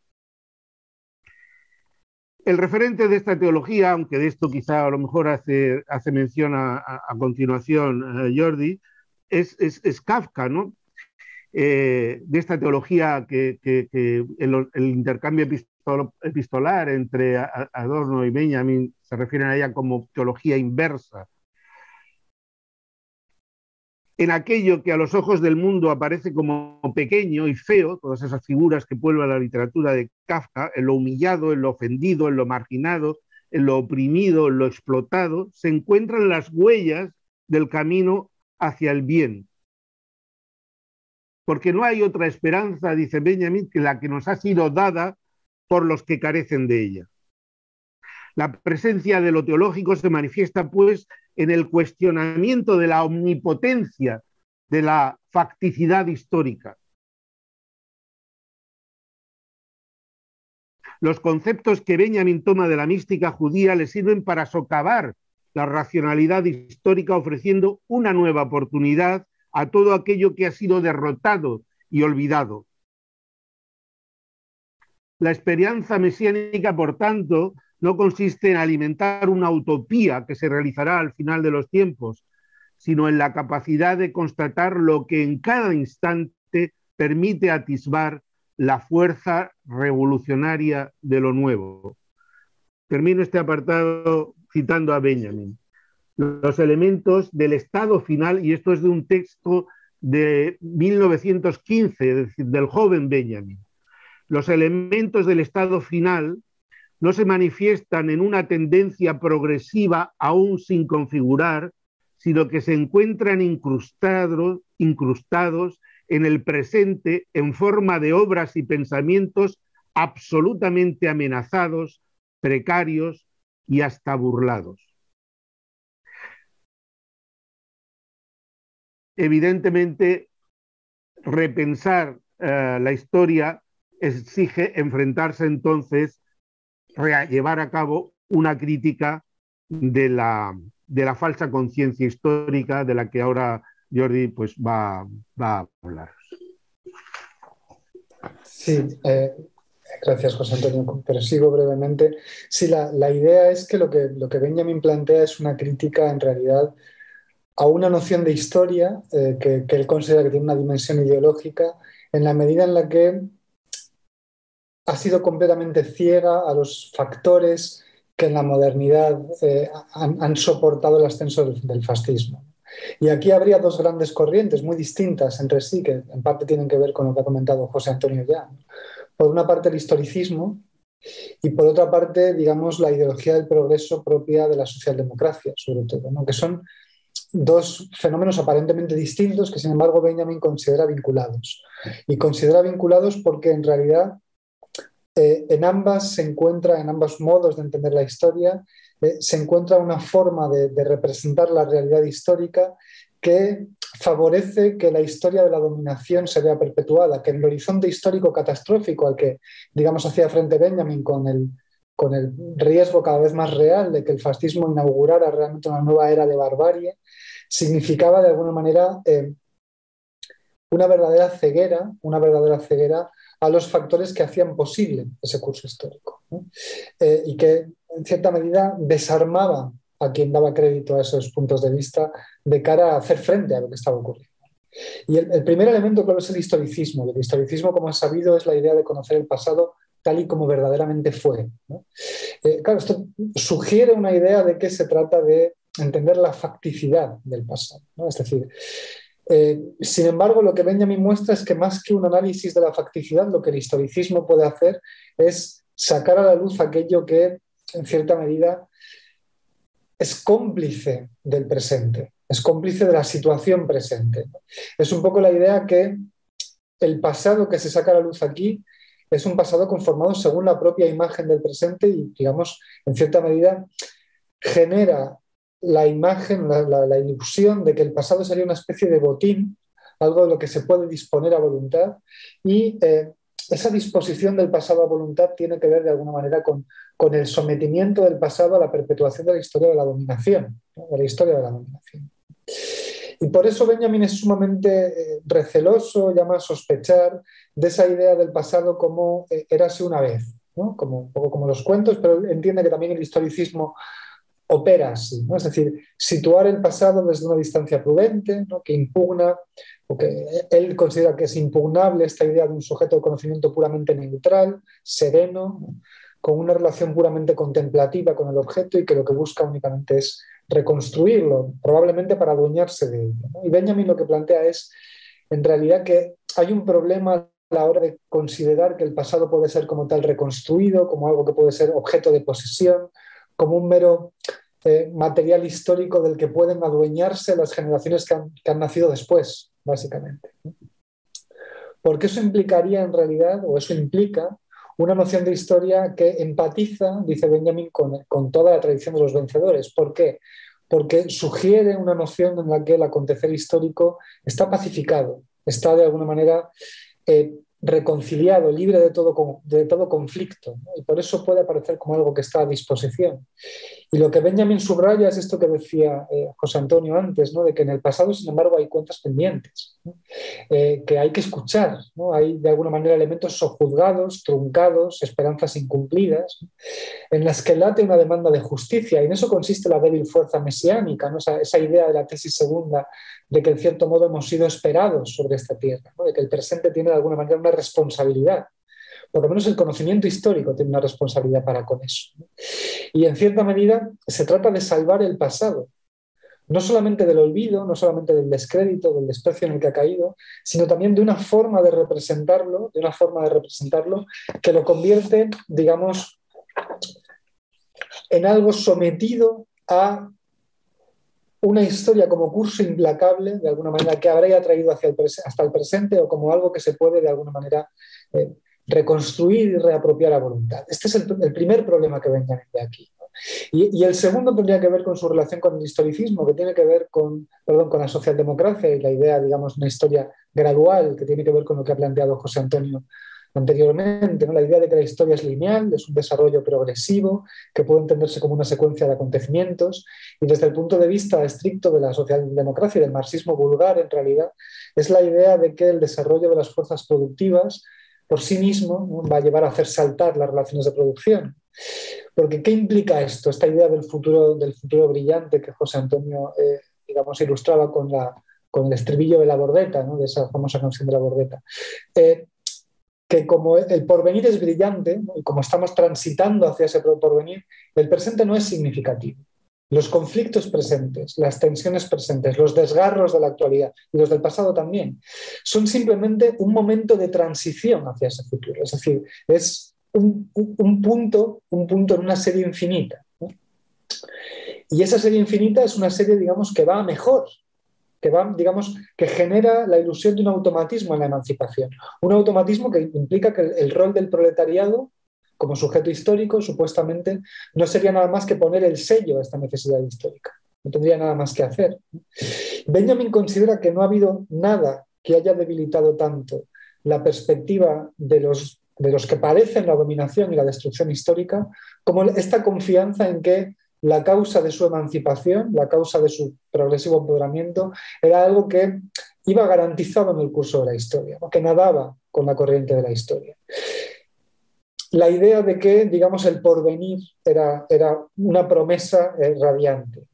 El referente de esta teología, aunque de esto quizá a lo mejor hace mención a continuación Jordi, es Kafka, ¿no? De esta teología que el intercambio epistolar entre Adorno y Benjamin se refieren a ella como teología inversa. En aquello que a los ojos del mundo aparece como pequeño y feo, todas esas figuras que pueblan la literatura de Kafka, en lo humillado, en lo ofendido, en lo marginado, en lo oprimido, en lo explotado, se encuentran las huellas del camino hacia el bien. Porque no hay otra esperanza, dice Benjamin, que la que nos ha sido dada por los que carecen de ella. La presencia de lo teológico se manifiesta, pues, en el cuestionamiento de la omnipotencia de la facticidad histórica. Los conceptos que Benjamin toma de la mística judía le sirven para socavar la racionalidad histórica, ofreciendo una nueva oportunidad a todo aquello que ha sido derrotado y olvidado. La esperanza mesiánica, por tanto, no consiste en alimentar una utopía que se realizará al final de los tiempos, sino en la capacidad de constatar lo que en cada instante permite atisbar la fuerza revolucionaria de lo nuevo. Termino este apartado citando a Benjamin. Los elementos del estado final, y esto es de un texto de 1915, es decir, del joven Benjamin. Los elementos del estado final no se manifiestan en una tendencia progresiva aún sin configurar, sino que se encuentran incrustados en el presente en forma de obras y pensamientos absolutamente amenazados, precarios y hasta burlados. evidentemente repensar la historia exige enfrentarse entonces a llevar a cabo una crítica de la falsa conciencia histórica de la que ahora Jordi pues, va a hablar. Sí, gracias José Antonio, pero sigo brevemente. Sí, la idea es que lo que Benjamin plantea es una crítica en realidad a una noción de historia que él considera que tiene una dimensión ideológica en la medida en la que ha sido completamente ciega a los factores que en la modernidad han soportado el ascenso del fascismo. Y aquí habría dos grandes corrientes muy distintas entre sí, que en parte tienen que ver con lo que ha comentado José Antonio ya. Por una parte el historicismo y por otra parte, digamos, la ideología del progreso propia de la socialdemocracia, sobre todo, ¿no? Que son dos fenómenos aparentemente distintos que, sin embargo, Benjamin considera vinculados. Y considera vinculados porque, en realidad, en ambos modos de entender la historia, se encuentra una forma de representar la realidad histórica que favorece que la historia de la dominación se vea perpetuada, que en el horizonte histórico catastrófico al que, digamos, hacía frente Benjamin con el riesgo cada vez más real de que el fascismo inaugurara realmente una nueva era de barbarie, significaba de alguna manera una verdadera ceguera a los factores que hacían posible ese curso histórico, ¿no? Y que en cierta medida desarmaba a quien daba crédito a esos puntos de vista de cara a hacer frente a lo que estaba ocurriendo. Y el primer elemento, claro, es el historicismo. El historicismo, como es sabido, es la idea de conocer el pasado tal y como verdaderamente fue, ¿no? Claro, esto sugiere una idea de que se trata de entender la facticidad del pasado, ¿no? Es decir, sin embargo, lo que Benjamin muestra es que más que un análisis de la facticidad, lo que el historicismo puede hacer es sacar a la luz aquello que, en cierta medida, es cómplice del presente, es cómplice de la situación presente. Es un poco la idea que el pasado que se saca a la luz aquí es un pasado conformado según la propia imagen del presente y, digamos, en cierta medida, genera la imagen, la ilusión de que el pasado sería una especie de botín, algo de lo que se puede disponer a voluntad, y esa disposición del pasado a voluntad tiene que ver de alguna manera con el sometimiento del pasado a la perpetuación de la historia de la dominación, ¿no? De la historia de la dominación. Y por eso Benjamin es sumamente receloso, llama a sospechar de esa idea del pasado como érase una vez, ¿no? Como, un poco como los cuentos, pero él entiende que también el historicismo opera así, ¿no? Es decir, situar el pasado desde una distancia prudente, ¿no? Que impugna, o que él considera que es impugnable esta idea de un sujeto de conocimiento puramente neutral, sereno, ¿no? Con una relación puramente contemplativa con el objeto y que lo que busca únicamente es reconstruirlo, probablemente para adueñarse de ello, ¿no? Y Benjamin lo que plantea es, en realidad, que hay un problema a la hora de considerar que el pasado puede ser como tal reconstruido, como algo que puede ser objeto de posesión, como un mero material histórico del que pueden adueñarse las generaciones que han nacido después, básicamente. Porque eso implicaría en realidad, o eso implica, una noción de historia que empatiza, dice Benjamin, con toda la tradición de los vencedores. ¿Por qué? Porque sugiere una noción en la que el acontecer histórico está pacificado, está de alguna manera reconciliado, libre de todo conflicto, ¿no? Y por eso puede aparecer como algo que está a disposición. Y lo que Benjamin subraya es esto que decía José Antonio antes, ¿no? De que en el pasado, sin embargo, hay cuentas pendientes, ¿no? Que hay que escuchar, ¿no? Hay de alguna manera elementos sojuzgados, truncados, esperanzas incumplidas, ¿no? En las que late una demanda de justicia, y en eso consiste la débil fuerza mesiánica, ¿no? Esa idea de la tesis segunda de que en cierto modo hemos sido esperados sobre esta tierra, ¿no? De que el presente tiene de alguna manera una responsabilidad. Por lo menos el conocimiento histórico tiene una responsabilidad para con eso, ¿no? Y en cierta medida se trata de salvar el pasado, no solamente del olvido, no solamente del descrédito, del desprecio en el que ha caído, sino también de una forma de representarlo, que lo convierte, digamos, en algo sometido a una historia como curso implacable, de alguna manera, que habría traído hasta el presente o como algo que se puede, de alguna manera, reconstruir y reapropiar a voluntad. Este es el primer problema que Benjamin ve aquí, ¿no? Y el segundo tendría que ver con su relación con el historicismo, que tiene que ver con la socialdemocracia y la idea, digamos, una historia gradual, que tiene que ver con lo que ha planteado José Antonio anteriormente, ¿no? La idea de que la historia es lineal, es un desarrollo progresivo, que puede entenderse como una secuencia de acontecimientos, y desde el punto de vista estricto de la socialdemocracia y del marxismo vulgar, en realidad, es la idea de que el desarrollo de las fuerzas productivas por sí mismo, ¿no?, va a llevar a hacer saltar las relaciones de producción. Porque ¿qué implica esto? Esta idea del futuro brillante que José Antonio, digamos, ilustraba con el estribillo de La Bordeta, ¿no?, de esa famosa canción de La Bordeta. Que como el porvenir es brillante, ¿no?, y como estamos transitando hacia ese porvenir, el presente no es significativo. Los conflictos presentes, las tensiones presentes, los desgarros de la actualidad y los del pasado también, son simplemente un momento de transición hacia ese futuro. Es decir, es un punto en una serie infinita, ¿no? Y esa serie infinita es una serie, digamos, que va a mejor, que genera la ilusión de un automatismo en la emancipación. Un automatismo que implica que el rol del proletariado como sujeto histórico, supuestamente, no sería nada más que poner el sello a esta necesidad histórica. No tendría nada más que hacer. Benjamin considera que no ha habido nada que haya debilitado tanto la perspectiva de los que padecen la dominación y la destrucción histórica, como esta confianza en que la causa de su emancipación, la causa de su progresivo empoderamiento, era algo que iba garantizado en el curso de la historia, ¿no?, que nadaba con la corriente de la historia. La idea de que, digamos, el porvenir era una promesa radiante.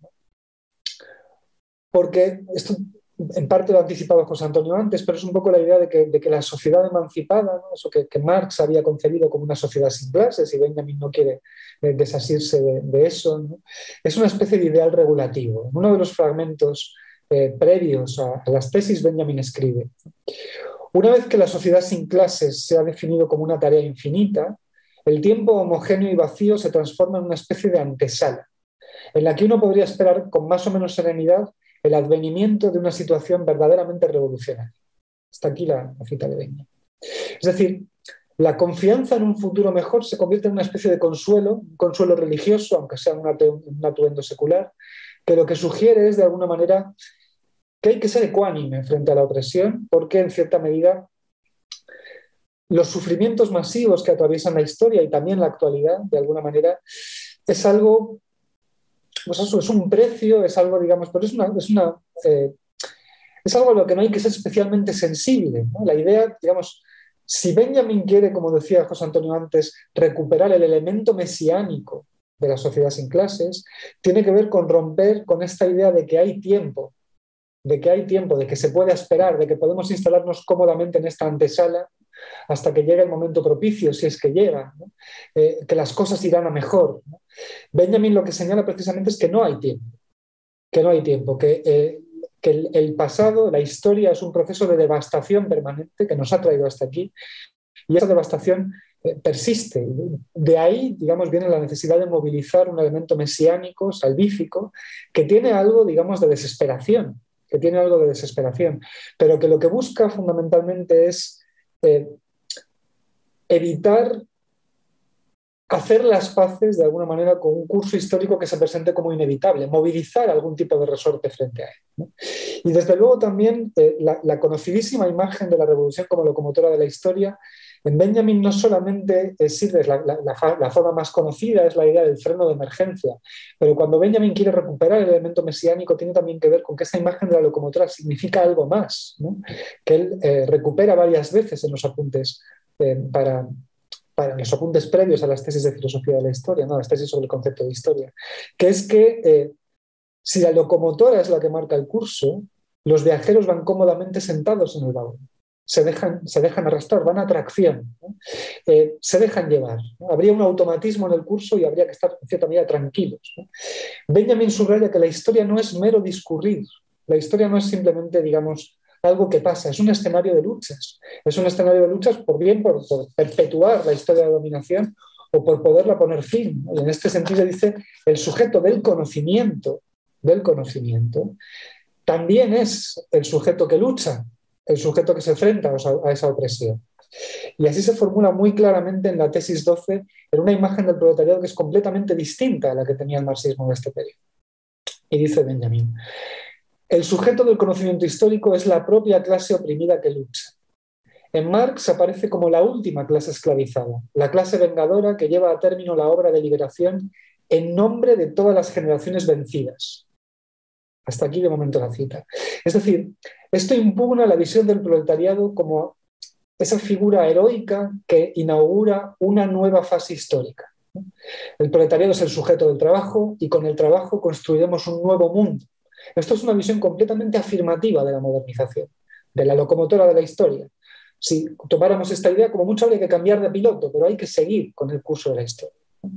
Porque esto en parte lo ha anticipado José Antonio antes, pero es un poco la idea de que la sociedad emancipada, ¿no?, eso que Marx había concebido como una sociedad sin clases, y Benjamin no quiere desasirse de eso, ¿no?, es una especie de ideal regulativo. En uno de los fragmentos previos a las tesis, Benjamin escribe: una vez que la sociedad sin clases se ha definido como una tarea infinita, el tiempo homogéneo y vacío se transforma en una especie de antesala, en la que uno podría esperar con más o menos serenidad el advenimiento de una situación verdaderamente revolucionaria. Hasta aquí la cita de Benjamin. Es decir, la confianza en un futuro mejor se convierte en una especie de consuelo, un consuelo religioso, aunque sea un atuendo secular, que lo que sugiere es, de alguna manera, que hay que ser ecuánime frente a la opresión, porque en cierta medida los sufrimientos masivos que atraviesan la historia y también la actualidad, de alguna manera, es algo, pues eso, es un precio, es algo, digamos, pero es algo a lo que no hay que ser especialmente sensible, ¿no? La idea, digamos, si Benjamin quiere, como decía José Antonio antes, recuperar el elemento mesiánico de la sociedad sin clases, tiene que ver con romper con esta idea de que hay tiempo, de que se puede esperar, de que podemos instalarnos cómodamente en esta antesala hasta que llegue el momento propicio, si es que llega, ¿no?, que las cosas irán a mejor, ¿no? Benjamin lo que señala precisamente es que no hay tiempo, que el pasado, la historia, es un proceso de devastación permanente que nos ha traído hasta aquí, y esa devastación persiste. De ahí, digamos, viene la necesidad de movilizar un elemento mesiánico, salvífico, que tiene algo, digamos, de desesperación, pero que lo que busca fundamentalmente es evitar hacer las paces de alguna manera con un curso histórico que se presente como inevitable, movilizar algún tipo de resorte frente a él, ¿no? Y desde luego también la conocidísima imagen de la revolución como locomotora de la historia, en Benjamin no solamente sirve, la forma más conocida es la idea del freno de emergencia, pero cuando Benjamin quiere recuperar el elemento mesiánico tiene también que ver con que esta imagen de la locomotora significa algo más, ¿no?, que él recupera varias veces en los apuntes para los apuntes previos a las tesis de filosofía de la historia, ¿no?, las tesis sobre el concepto de historia, que es que si la locomotora es la que marca el curso, los viajeros van cómodamente sentados en el vagón, se dejan arrastrar, van a tracción, ¿no?, se dejan llevar, ¿no? Habría un automatismo en el curso y habría que estar en cierta medida tranquilos, ¿no? Benjamin subraya que la historia no es mero discurrir, la historia no es simplemente, digamos, algo que pasa, es un escenario de luchas. Es un escenario de luchas por perpetuar la historia de dominación o por poderla poner fin. Y en este sentido dice, el sujeto del conocimiento, también es el sujeto que lucha, el sujeto que se enfrenta a esa opresión. Y así se formula muy claramente en la tesis 12, en una imagen del proletariado que es completamente distinta a la que tenía el marxismo de este periodo. Y dice Benjamin: el sujeto del conocimiento histórico es la propia clase oprimida que lucha. En Marx aparece como la última clase esclavizada, la clase vengadora que lleva a término la obra de liberación en nombre de todas las generaciones vencidas. Hasta aquí de momento la cita. Es decir, esto impugna la visión del proletariado como esa figura heroica que inaugura una nueva fase histórica. El proletariado es el sujeto del trabajo y con el trabajo construiremos un nuevo mundo. Esto es una visión completamente afirmativa de la modernización, de la locomotora de la historia. Si tomáramos esta idea, como mucho habría que cambiar de piloto, pero hay que seguir con el curso de la historia.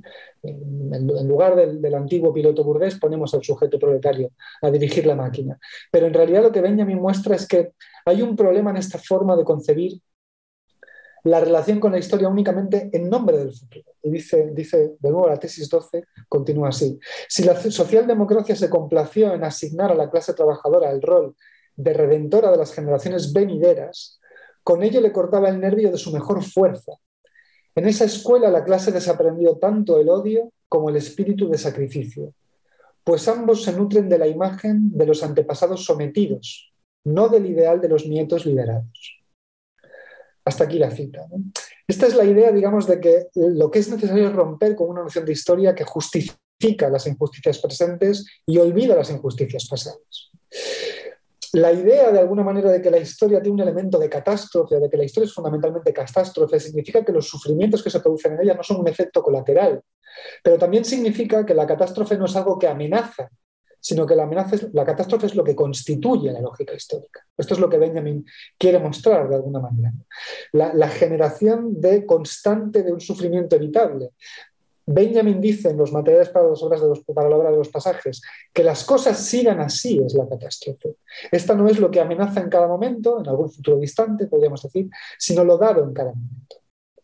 En lugar del antiguo piloto burgués ponemos al sujeto proletario a dirigir la máquina. Pero en realidad lo que Benjamin muestra es que hay un problema en esta forma de concebir la relación con la historia únicamente en nombre del futuro. Y dice de nuevo la tesis 12, continúa así: si la socialdemocracia se complació en asignar a la clase trabajadora el rol de redentora de las generaciones venideras, con ello le cortaba el nervio de su mejor fuerza. En esa escuela la clase desaprendió tanto el odio como el espíritu de sacrificio, pues ambos se nutren de la imagen de los antepasados sometidos, no del ideal de los nietos liberados. Hasta aquí la cita, ¿no? Esta es la idea, digamos, de que lo que es necesario es romper con una noción de historia que justifica las injusticias presentes y olvida las injusticias pasadas. La idea, de alguna manera, de que la historia tiene un elemento de catástrofe, de que la historia es fundamentalmente catástrofe, significa que los sufrimientos que se producen en ella no son un efecto colateral, pero también significa que la catástrofe no es algo que amenaza, sino que la catástrofe es lo que constituye la lógica histórica. Esto es lo que Benjamin quiere mostrar de alguna manera. La generación constante de un sufrimiento evitable. Benjamin dice en los materiales para la obra de los pasajes que las cosas sigan así es la catástrofe. Esta no es lo que amenaza en cada momento, en algún futuro distante, podríamos decir, sino lo dado en cada momento.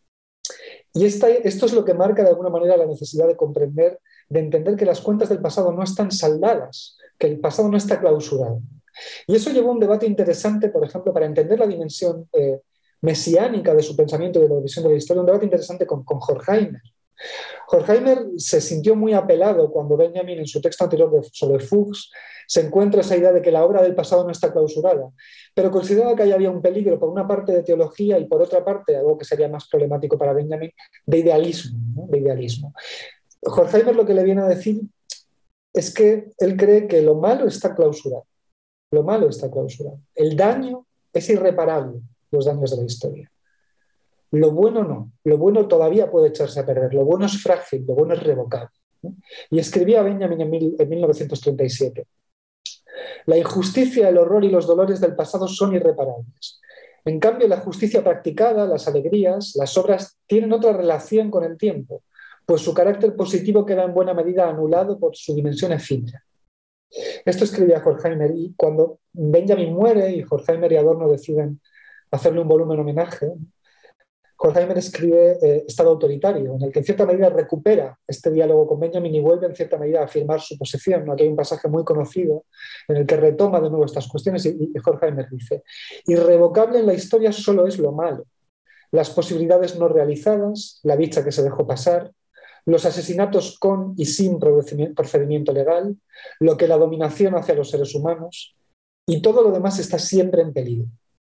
Y esto es lo que marca de alguna manera la necesidad de comprender, de entender que las cuentas del pasado no están saldadas, que el pasado no está clausurado. Y eso llevó a un debate interesante, por ejemplo, para entender la dimensión mesiánica de su pensamiento y de la visión de la historia, un debate interesante con Horkheimer. Horkheimer se sintió muy apelado cuando Benjamin, en su texto anterior sobre Fuchs, se encuentra esa idea de que la obra del pasado no está clausurada, pero consideraba que ahí había un peligro, por una parte de teología y por otra parte, algo que sería más problemático para Benjamin, de idealismo, ¿no? De idealismo. Horkheimer lo que le viene a decir es que él cree que lo malo está clausurado. Lo malo está clausurado. El daño es irreparable, los daños de la historia. Lo bueno no, lo bueno todavía puede echarse a perder, lo bueno es frágil, lo bueno es revocable. Y escribía Benjamin en 1937: la injusticia, el horror y los dolores del pasado son irreparables. En cambio, la justicia practicada, las alegrías, las obras tienen otra relación con el tiempo, pues su carácter positivo queda en buena medida anulado por su dimensión efímera. Esto escribía Horkheimer, y cuando Benjamin muere y Horkheimer y Adorno deciden hacerle un volumen homenaje, Horkheimer escribe Estado autoritario, en el que en cierta medida recupera este diálogo con Benjamin y vuelve en cierta medida a afirmar su posición. Aquí hay un pasaje muy conocido en el que retoma de nuevo estas cuestiones y Horkheimer dice: irrevocable en la historia solo es lo malo, las posibilidades no realizadas, la dicha que se dejó pasar, los asesinatos con y sin procedimiento legal, lo que la dominación hace a los seres humanos, y todo lo demás está siempre en peligro.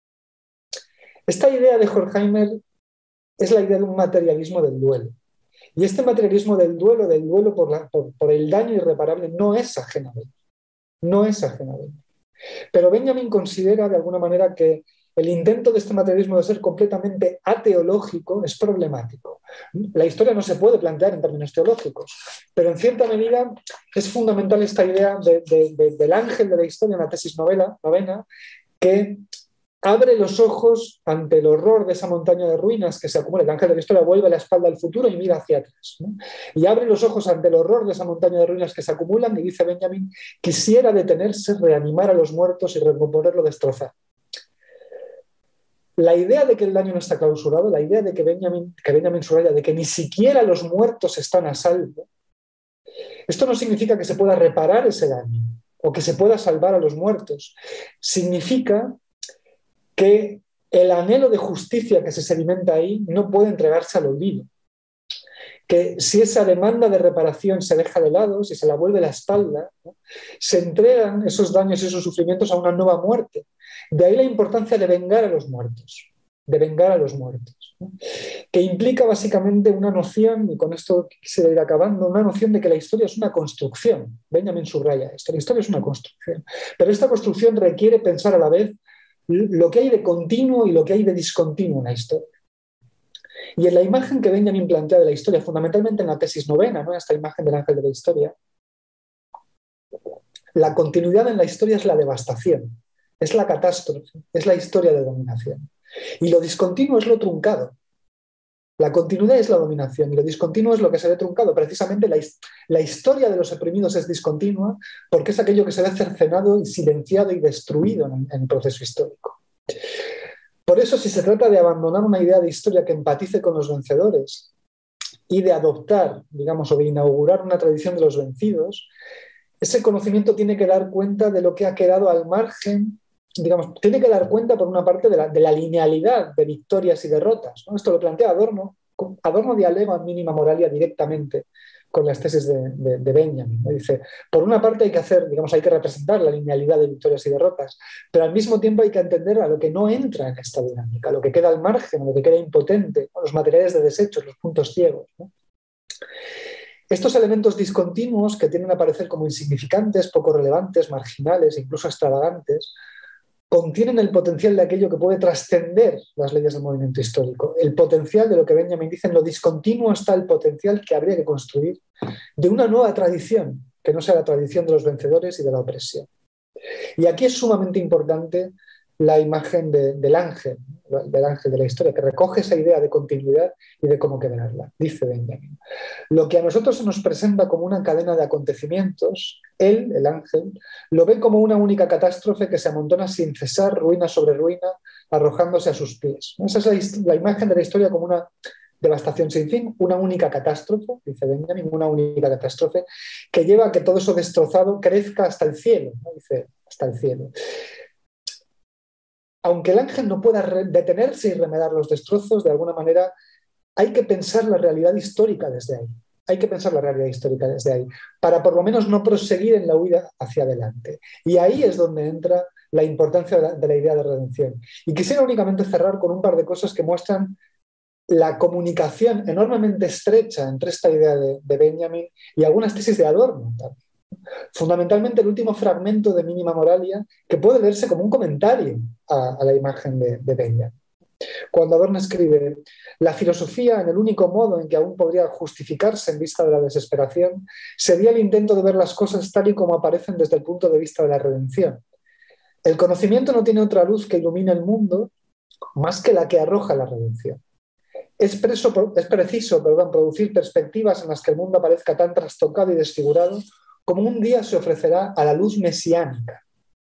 Esta idea de Horkheimer es la idea de un materialismo del duelo. Y este materialismo del duelo por el daño irreparable, no es ajeno a él. No es ajeno a él. Pero Benjamin considera de alguna manera que el intento de este materialismo de ser completamente ateológico es problemático. La historia no se puede plantear en términos teológicos, pero en cierta medida es fundamental esta idea del ángel de la historia en la tesis novena, que abre los ojos ante el horror de esa montaña de ruinas que se acumula. El ángel de la historia vuelve la espalda al futuro y mira hacia atrás, ¿no? Y abre los ojos ante el horror de esa montaña de ruinas que se acumulan y dice Benjamin: quisiera detenerse, reanimar a los muertos y recomponer lo destrozado. La idea de que el daño no está clausurado, la idea de que Benjamin subraya de que ni siquiera los muertos están a salvo, esto no significa que se pueda reparar ese daño o que se pueda salvar a los muertos. Significa que el anhelo de justicia que se sedimenta ahí no puede entregarse al olvido. Que si esa demanda de reparación se deja de lado, si se la vuelve la espalda, ¿no?, se entregan esos daños y esos sufrimientos a una nueva muerte. De ahí la importancia de vengar a los muertos, ¿no?, que implica básicamente una noción, y con esto quisiera ir acabando, una noción de que la historia es una construcción. Benjamin subraya esto, la historia es una construcción, pero esta construcción requiere pensar a la vez lo que hay de continuo y lo que hay de discontinuo en la historia. Y en la imagen que Benjamin plantea de la historia, fundamentalmente en la tesis novena, ¿no?, esta imagen del ángel de la historia, la continuidad en la historia es la devastación, es la catástrofe, es la historia de dominación. Y lo discontinuo es lo truncado. La continuidad es la dominación y lo discontinuo es lo que se ve truncado. Precisamente la historia de los oprimidos es discontinua porque es aquello que se ve cercenado y silenciado y destruido en el proceso histórico. Por eso, si se trata de abandonar una idea de historia que empatice con los vencedores y de adoptar, digamos, o de inaugurar una tradición de los vencidos, ese conocimiento tiene que dar cuenta de lo que ha quedado al margen, digamos, tiene que dar cuenta, por una parte, de la linealidad de victorias y derrotas, ¿no? Esto lo plantea Adorno. Adorno dialoga en Mínima Moralia directamente con las tesis de Benjamin, ¿no? Dice, por una parte hay que hacer, digamos, hay que representar la linealidad de victorias y derrotas, pero al mismo tiempo hay que entender a lo que no entra en esta dinámica, lo que queda al margen, lo que queda impotente, ¿no?, los materiales de desecho, los puntos ciegos, ¿no? Estos elementos discontinuos que tienden a parecer como insignificantes, poco relevantes, marginales, incluso extravagantes, contienen el potencial de aquello que puede trascender las leyes del movimiento histórico. El potencial de lo que Benjamin dice, en lo discontinuo está el potencial que habría que construir de una nueva tradición, que no sea la tradición de los vencedores y de la opresión. Y aquí es sumamente importante la imagen del ángel de la historia, que recoge esa idea de continuidad y de cómo quebrarla. Dice Benjamin, lo que a nosotros se nos presenta como una cadena de acontecimientos, él, el ángel, lo ve como una única catástrofe que se amontona sin cesar, ruina sobre ruina, arrojándose a sus pies. Esa es la imagen de la historia como una devastación sin fin, una única catástrofe, dice Benjamin, una única catástrofe que lleva a que todo eso destrozado crezca hasta el cielo, ¿no? Dice, hasta el cielo. Aunque el ángel no pueda detenerse y remediar los destrozos, de alguna manera hay que pensar la realidad histórica desde ahí. Hay que pensar la realidad histórica desde ahí, para por lo menos no proseguir en la huida hacia adelante. Y ahí es donde entra la importancia de la idea de redención. Y quisiera únicamente cerrar con un par de cosas que muestran la comunicación enormemente estrecha entre esta idea de Benjamin y algunas tesis de Adorno también. Fundamentalmente el último fragmento de Mínima Moralia, que puede verse como un comentario a la imagen de Benjamin. Cuando Adorno escribe, la filosofía, en el único modo en que aún podría justificarse en vista de la desesperación, sería el intento de ver las cosas tal y como aparecen desde el punto de vista de la redención. El conocimiento no tiene otra luz que ilumine el mundo más que la que arroja la redención. Es preciso producir perspectivas en las que el mundo aparezca tan trastocado y desfigurado como un día se ofrecerá a la luz mesiánica.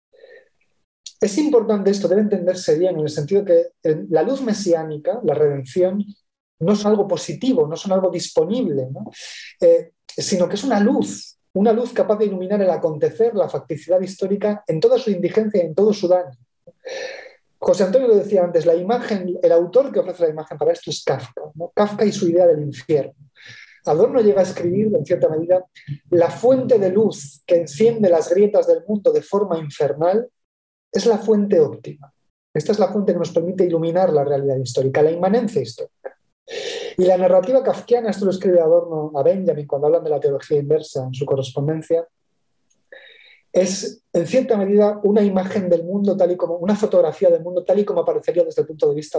Es importante esto, debe entenderse bien, en el sentido que la luz mesiánica, la redención, no son algo positivo, no son algo disponible, ¿no? Sino que es una luz capaz de iluminar el acontecer, la facticidad histórica en toda su indigencia y en todo su daño. José Antonio lo decía antes, la imagen, el autor que ofrece la imagen para esto es Kafka, ¿no? Kafka y su idea del infierno. Adorno llega a escribir, en cierta medida, la fuente de luz que enciende las grietas del mundo de forma infernal es la fuente óptima. Esta es la fuente que nos permite iluminar la realidad histórica, la inmanencia histórica. Y la narrativa kafkiana, esto lo escribe Adorno a Benjamin cuando hablan de la teología inversa en su correspondencia, es en cierta medida una imagen del mundo tal y como, una fotografía del mundo tal y como aparecería desde el punto de vista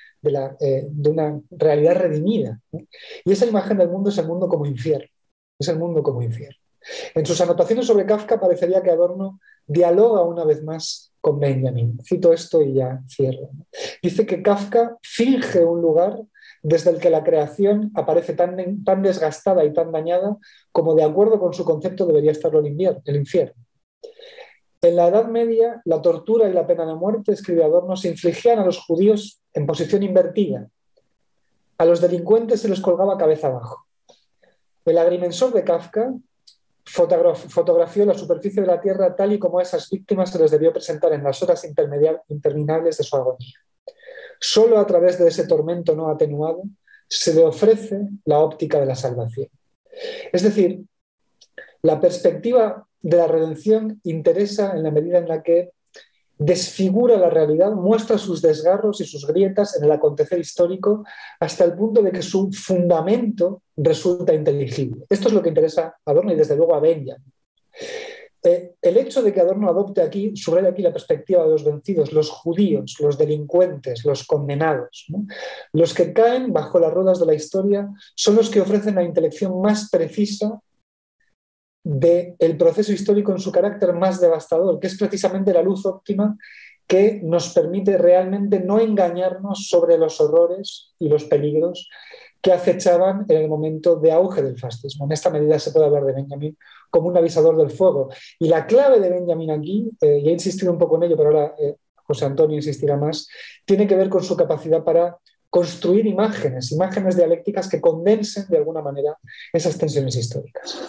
de una realidad redimida, ¿no? Y esa imagen del mundo es el mundo como infierno. Es el mundo como infierno. En sus anotaciones sobre Kafka parecería que Adorno dialoga una vez más con Benjamin. Cito esto y ya cierro. Dice que Kafka finge un lugar desde el que la creación aparece tan desgastada y tan dañada como de acuerdo con su concepto debería estarlo el infierno. En la Edad Media, la tortura y la pena de muerte, escribe Adorno, se infligían a los judíos en posición invertida. A los delincuentes se les colgaba cabeza abajo. El agrimensor de Kafka fotografió la superficie de la tierra tal y como a esas víctimas se les debió presentar en las horas interminables de su agonía. Solo a través de ese tormento no atenuado se le ofrece la óptica de la salvación. Es decir, la perspectiva de la redención interesa en la medida en la que desfigura la realidad, muestra sus desgarros y sus grietas en el acontecer histórico hasta el punto de que su fundamento resulta inteligible. Esto es lo que interesa a Adorno y desde luego a Benjamin. El hecho de que Adorno adopte aquí, subraya aquí la perspectiva de los vencidos, los judíos, los delincuentes, los condenados, ¿no? Los que caen bajo las ruedas de la historia son los que ofrecen la intelección más precisa del proceso histórico en su carácter más devastador, que es precisamente la luz óptima que nos permite realmente no engañarnos sobre los horrores y los peligros que acechaban en el momento de auge del fascismo. En esta medida se puede hablar de Benjamin como un avisador del fuego. Y la clave de Benjamin aquí, y he insistido un poco en ello, pero ahora José Antonio insistirá más, tiene que ver con su capacidad para construir imágenes dialécticas que condensen de alguna manera esas tensiones históricas.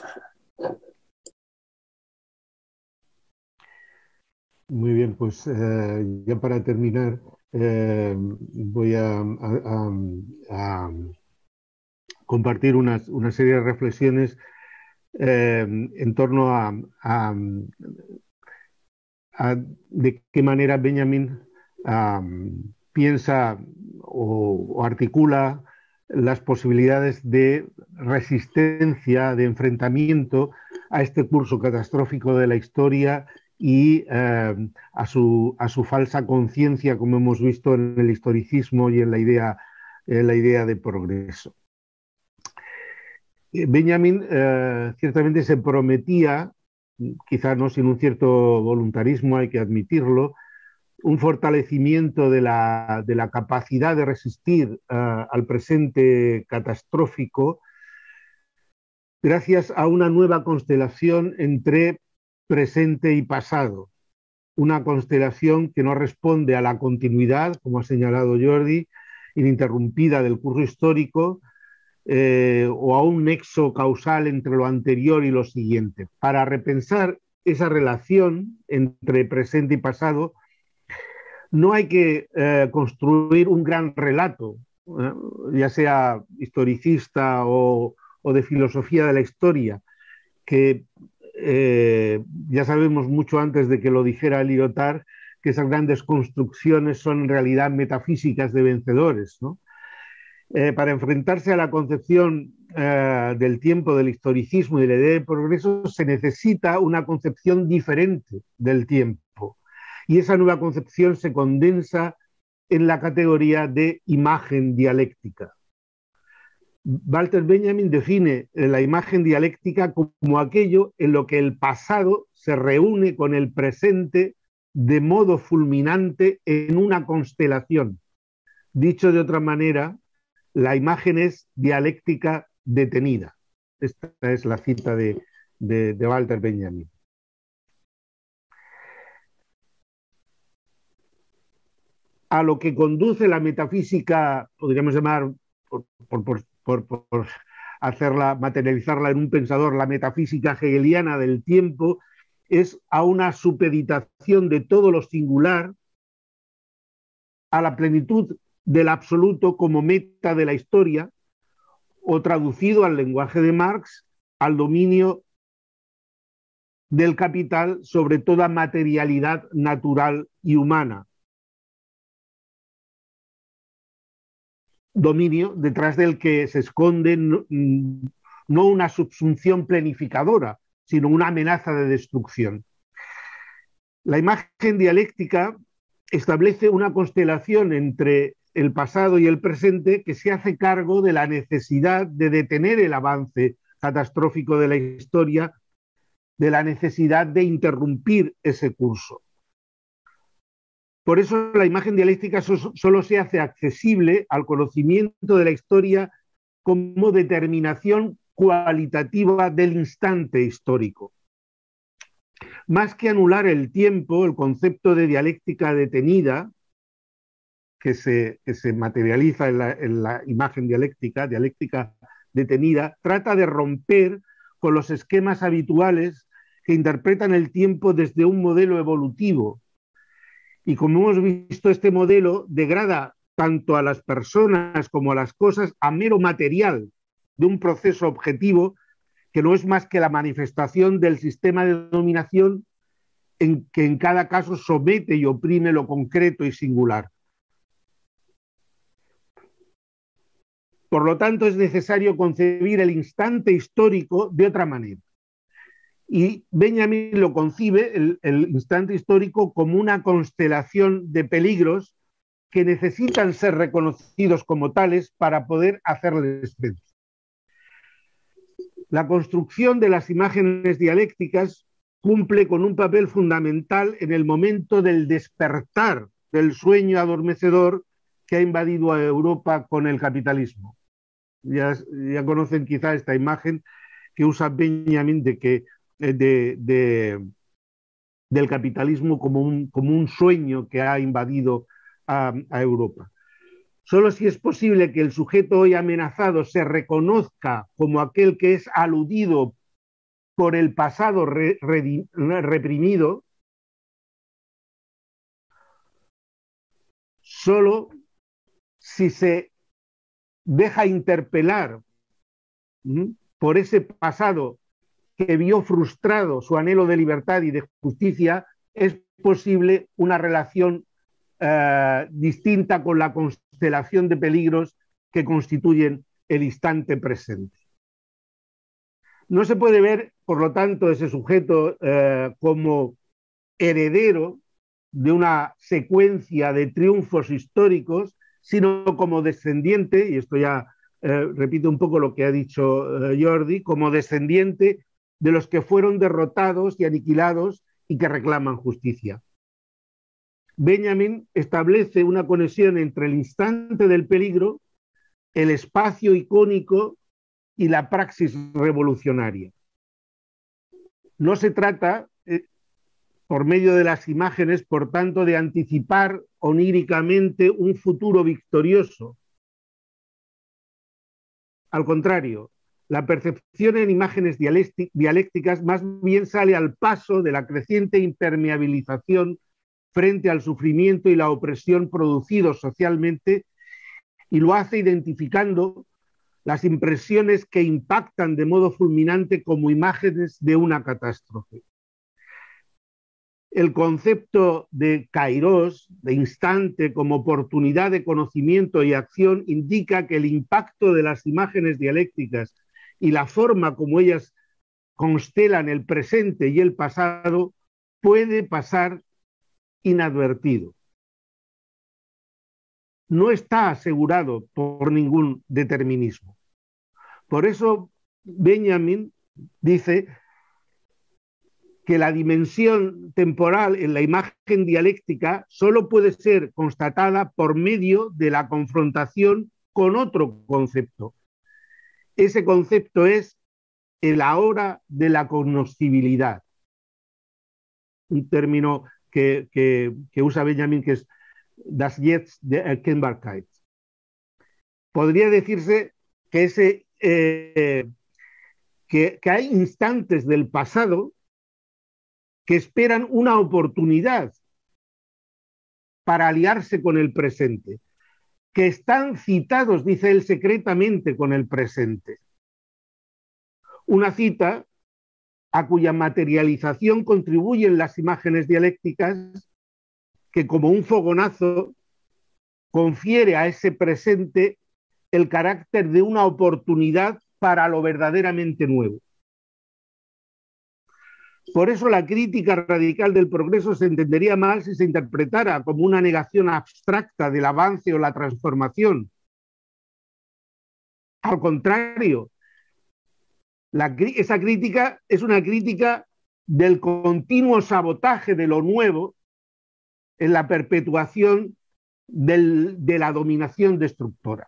Muy bien, pues ya para terminar voy a compartir una serie de reflexiones en torno a de qué manera Benjamin piensa o articula las posibilidades de resistencia, de enfrentamiento a este curso catastrófico de la historia y a su falsa conciencia, como hemos visto en el historicismo y en la idea de progreso. Benjamin ciertamente se prometía, quizás no sin un cierto voluntarismo, hay que admitirlo, un fortalecimiento de la capacidad de resistir al presente catastrófico gracias a una nueva constelación entre presente y pasado, una constelación que no responde a la continuidad, como ha señalado Jordi, ininterrumpida del curso histórico, o a un nexo causal entre lo anterior y lo siguiente. Para repensar esa relación entre presente y pasado, no hay que construir un gran relato, ya sea historicista o de filosofía de la historia, que ya sabemos mucho antes de que lo dijera Lyotard que esas grandes construcciones son en realidad metafísicas de vencedores, ¿no? Para enfrentarse a la concepción del tiempo, del historicismo y de la idea de progreso, se necesita una concepción diferente del tiempo. Y esa nueva concepción se condensa en la categoría de imagen dialéctica. Walter Benjamin define la imagen dialéctica como aquello en lo que el pasado se reúne con el presente de modo fulminante en una constelación. Dicho de otra manera, la imagen es dialéctica detenida. Esta es la cita de Walter Benjamin. A lo que conduce la metafísica, podríamos llamar, por hacerla, materializarla en un pensador, la metafísica hegeliana del tiempo, es a una supeditación de todo lo singular a la plenitud del absoluto como meta de la historia, o traducido al lenguaje de Marx, al dominio del capital sobre toda materialidad natural y humana. Dominio detrás del que se esconde no una subsunción planificadora, sino una amenaza de destrucción. La imagen dialéctica establece una constelación entre el pasado y el presente que se hace cargo de la necesidad de detener el avance catastrófico de la historia, de la necesidad de interrumpir ese curso. Por eso la imagen dialéctica solo se hace accesible al conocimiento de la historia como determinación cualitativa del instante histórico. Más que anular el tiempo, el concepto de dialéctica detenida, que se materializa en la imagen dialéctica detenida, trata de romper con los esquemas habituales que interpretan el tiempo desde un modelo evolutivo. Y como hemos visto, este modelo degrada tanto a las personas como a las cosas a mero material de un proceso objetivo que no es más que la manifestación del sistema de dominación en que en cada caso somete y oprime lo concreto y singular. Por lo tanto, es necesario concebir el instante histórico de otra manera. Y Benjamin lo concibe, el instante histórico, como una constelación de peligros que necesitan ser reconocidos como tales para poder hacerles frente. La construcción de las imágenes dialécticas cumple con un papel fundamental en el momento del despertar del sueño adormecedor que ha invadido a Europa con el capitalismo. Ya conocen quizá esta imagen que usa Benjamin del capitalismo como un sueño que ha invadido a Europa. Solo si es posible que el sujeto hoy amenazado se reconozca como aquel que es aludido por el pasado reprimido, solo si se deja interpelar por ese pasado que vio frustrado su anhelo de libertad y de justicia, es posible una relación distinta con la constelación de peligros que constituyen el instante presente. No se puede ver, por lo tanto, ese sujeto como heredero de una secuencia de triunfos históricos, sino como descendiente, y esto ya repito un poco lo que ha dicho Jordi, como descendiente de los que fueron derrotados y aniquilados y que reclaman justicia. Benjamin establece una conexión entre el instante del peligro, el espacio icónico y la praxis revolucionaria. No se trata, por medio de las imágenes, por tanto, de anticipar oníricamente un futuro victorioso. Al contrario, la percepción en imágenes dialécticas más bien sale al paso de la creciente impermeabilización frente al sufrimiento y la opresión producidos socialmente, y lo hace identificando las impresiones que impactan de modo fulminante como imágenes de una catástrofe. El concepto de kairos, de instante, como oportunidad de conocimiento y acción, indica que el impacto de las imágenes dialécticas y la forma como ellas constelan el presente y el pasado puede pasar inadvertido. No está asegurado por ningún determinismo. Por eso Benjamin dice que la dimensión temporal en la imagen dialéctica solo puede ser constatada por medio de la confrontación con otro concepto. Ese concepto es el ahora de la cognoscibilidad, un término que usa Benjamin, que es das Jetzt der Erkennbarkeit. Podría decirse que, que hay instantes del pasado que esperan una oportunidad para aliarse con el presente, que están citados, dice él, secretamente con el presente. Una cita a cuya materialización contribuyen las imágenes dialécticas, que como un fogonazo confiere a ese presente el carácter de una oportunidad para lo verdaderamente nuevo. Por eso la crítica radical del progreso se entendería mal si se interpretara como una negación abstracta del avance o la transformación. Al contrario, esa crítica es una crítica del continuo sabotaje de lo nuevo en la perpetuación de la dominación destructora.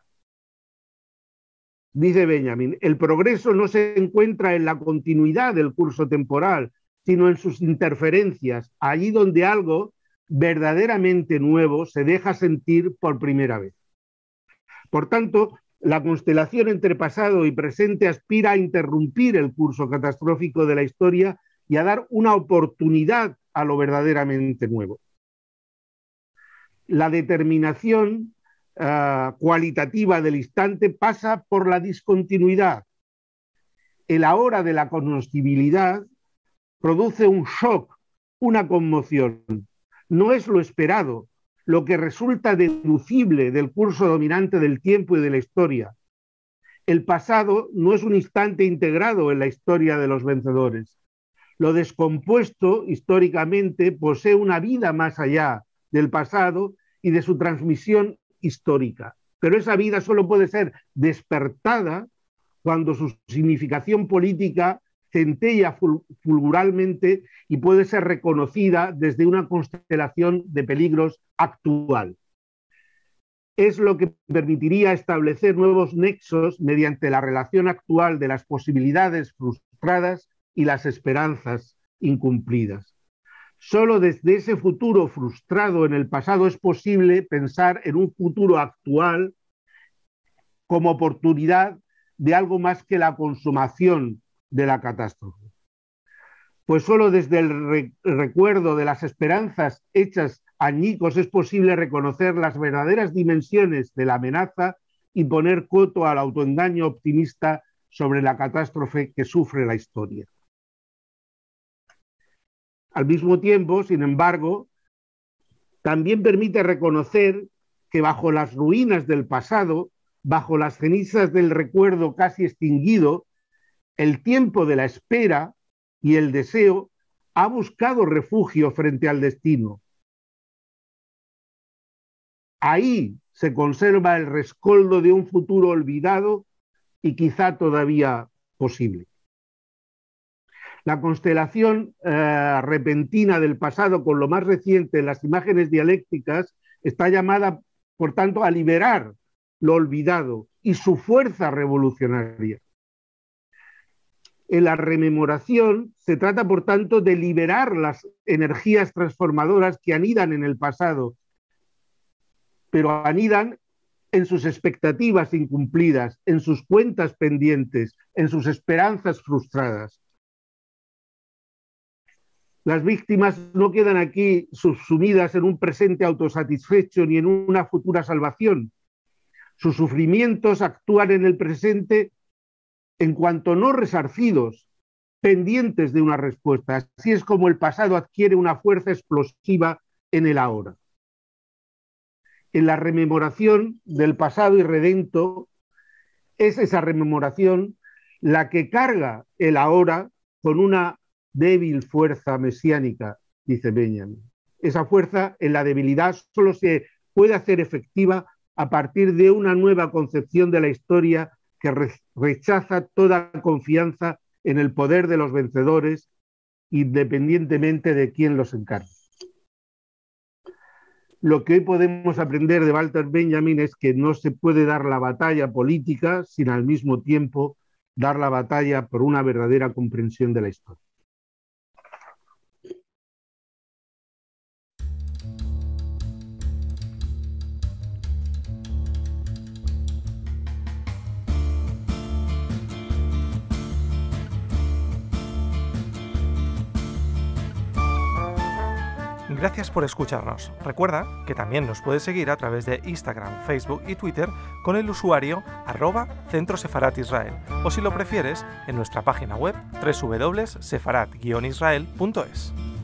Dice Benjamin, el progreso no se encuentra en la continuidad del curso temporal, sino en sus interferencias, allí donde algo verdaderamente nuevo se deja sentir por primera vez. Por tanto, la constelación entre pasado y presente aspira a interrumpir el curso catastrófico de la historia y a dar una oportunidad a lo verdaderamente nuevo. La determinación cualitativa del instante pasa por la discontinuidad. El ahora de la cognoscibilidad produce un shock, una conmoción. No es lo esperado, lo que resulta deducible del curso dominante del tiempo y de la historia. El pasado no es un instante integrado en la historia de los vencedores. Lo descompuesto históricamente posee una vida más allá del pasado y de su transmisión histórica. Pero esa vida solo puede ser despertada cuando su significación política centella fulguralmente y puede ser reconocida desde una constelación de peligros actual. Es lo que permitiría establecer nuevos nexos mediante la relación actual de las posibilidades frustradas y las esperanzas incumplidas. Solo desde ese futuro frustrado en el pasado es posible pensar en un futuro actual como oportunidad de algo más que la consumación de la catástrofe. Pues solo desde el recuerdo de las esperanzas hechas añicos es posible reconocer las verdaderas dimensiones de la amenaza y poner coto al autoengaño optimista sobre la catástrofe que sufre la historia. Al mismo tiempo, sin embargo, también permite reconocer que bajo las ruinas del pasado, bajo las cenizas del recuerdo casi extinguido, el tiempo de la espera y el deseo ha buscado refugio frente al destino. Ahí se conserva el rescoldo de un futuro olvidado y quizá todavía posible. La constelación repentina del pasado con lo más reciente en las imágenes dialécticas está llamada, por tanto, a liberar lo olvidado y su fuerza revolucionaria. En la rememoración se trata, por tanto, de liberar las energías transformadoras que anidan en el pasado, pero anidan en sus expectativas incumplidas, en sus cuentas pendientes, en sus esperanzas frustradas. Las víctimas no quedan aquí subsumidas en un presente autosatisfecho ni en una futura salvación. Sus sufrimientos actúan en el presente en cuanto no resarcidos, pendientes de una respuesta. Así es como el pasado adquiere una fuerza explosiva en el ahora. En la rememoración del pasado irredento, es esa rememoración la que carga el ahora con una débil fuerza mesiánica, dice Benjamin. Esa fuerza en la debilidad solo se puede hacer efectiva a partir de una nueva concepción de la historia que rechaza toda confianza en el poder de los vencedores, independientemente de quién los encarne. Lo que hoy podemos aprender de Walter Benjamin es que no se puede dar la batalla política sin al mismo tiempo dar la batalla por una verdadera comprensión de la historia. Gracias por escucharnos. Recuerda que también nos puedes seguir a través de Instagram, Facebook y Twitter con el usuario @Centro Sefarat Israel, o si lo prefieres, en nuestra página web www.sefarat-israel.es.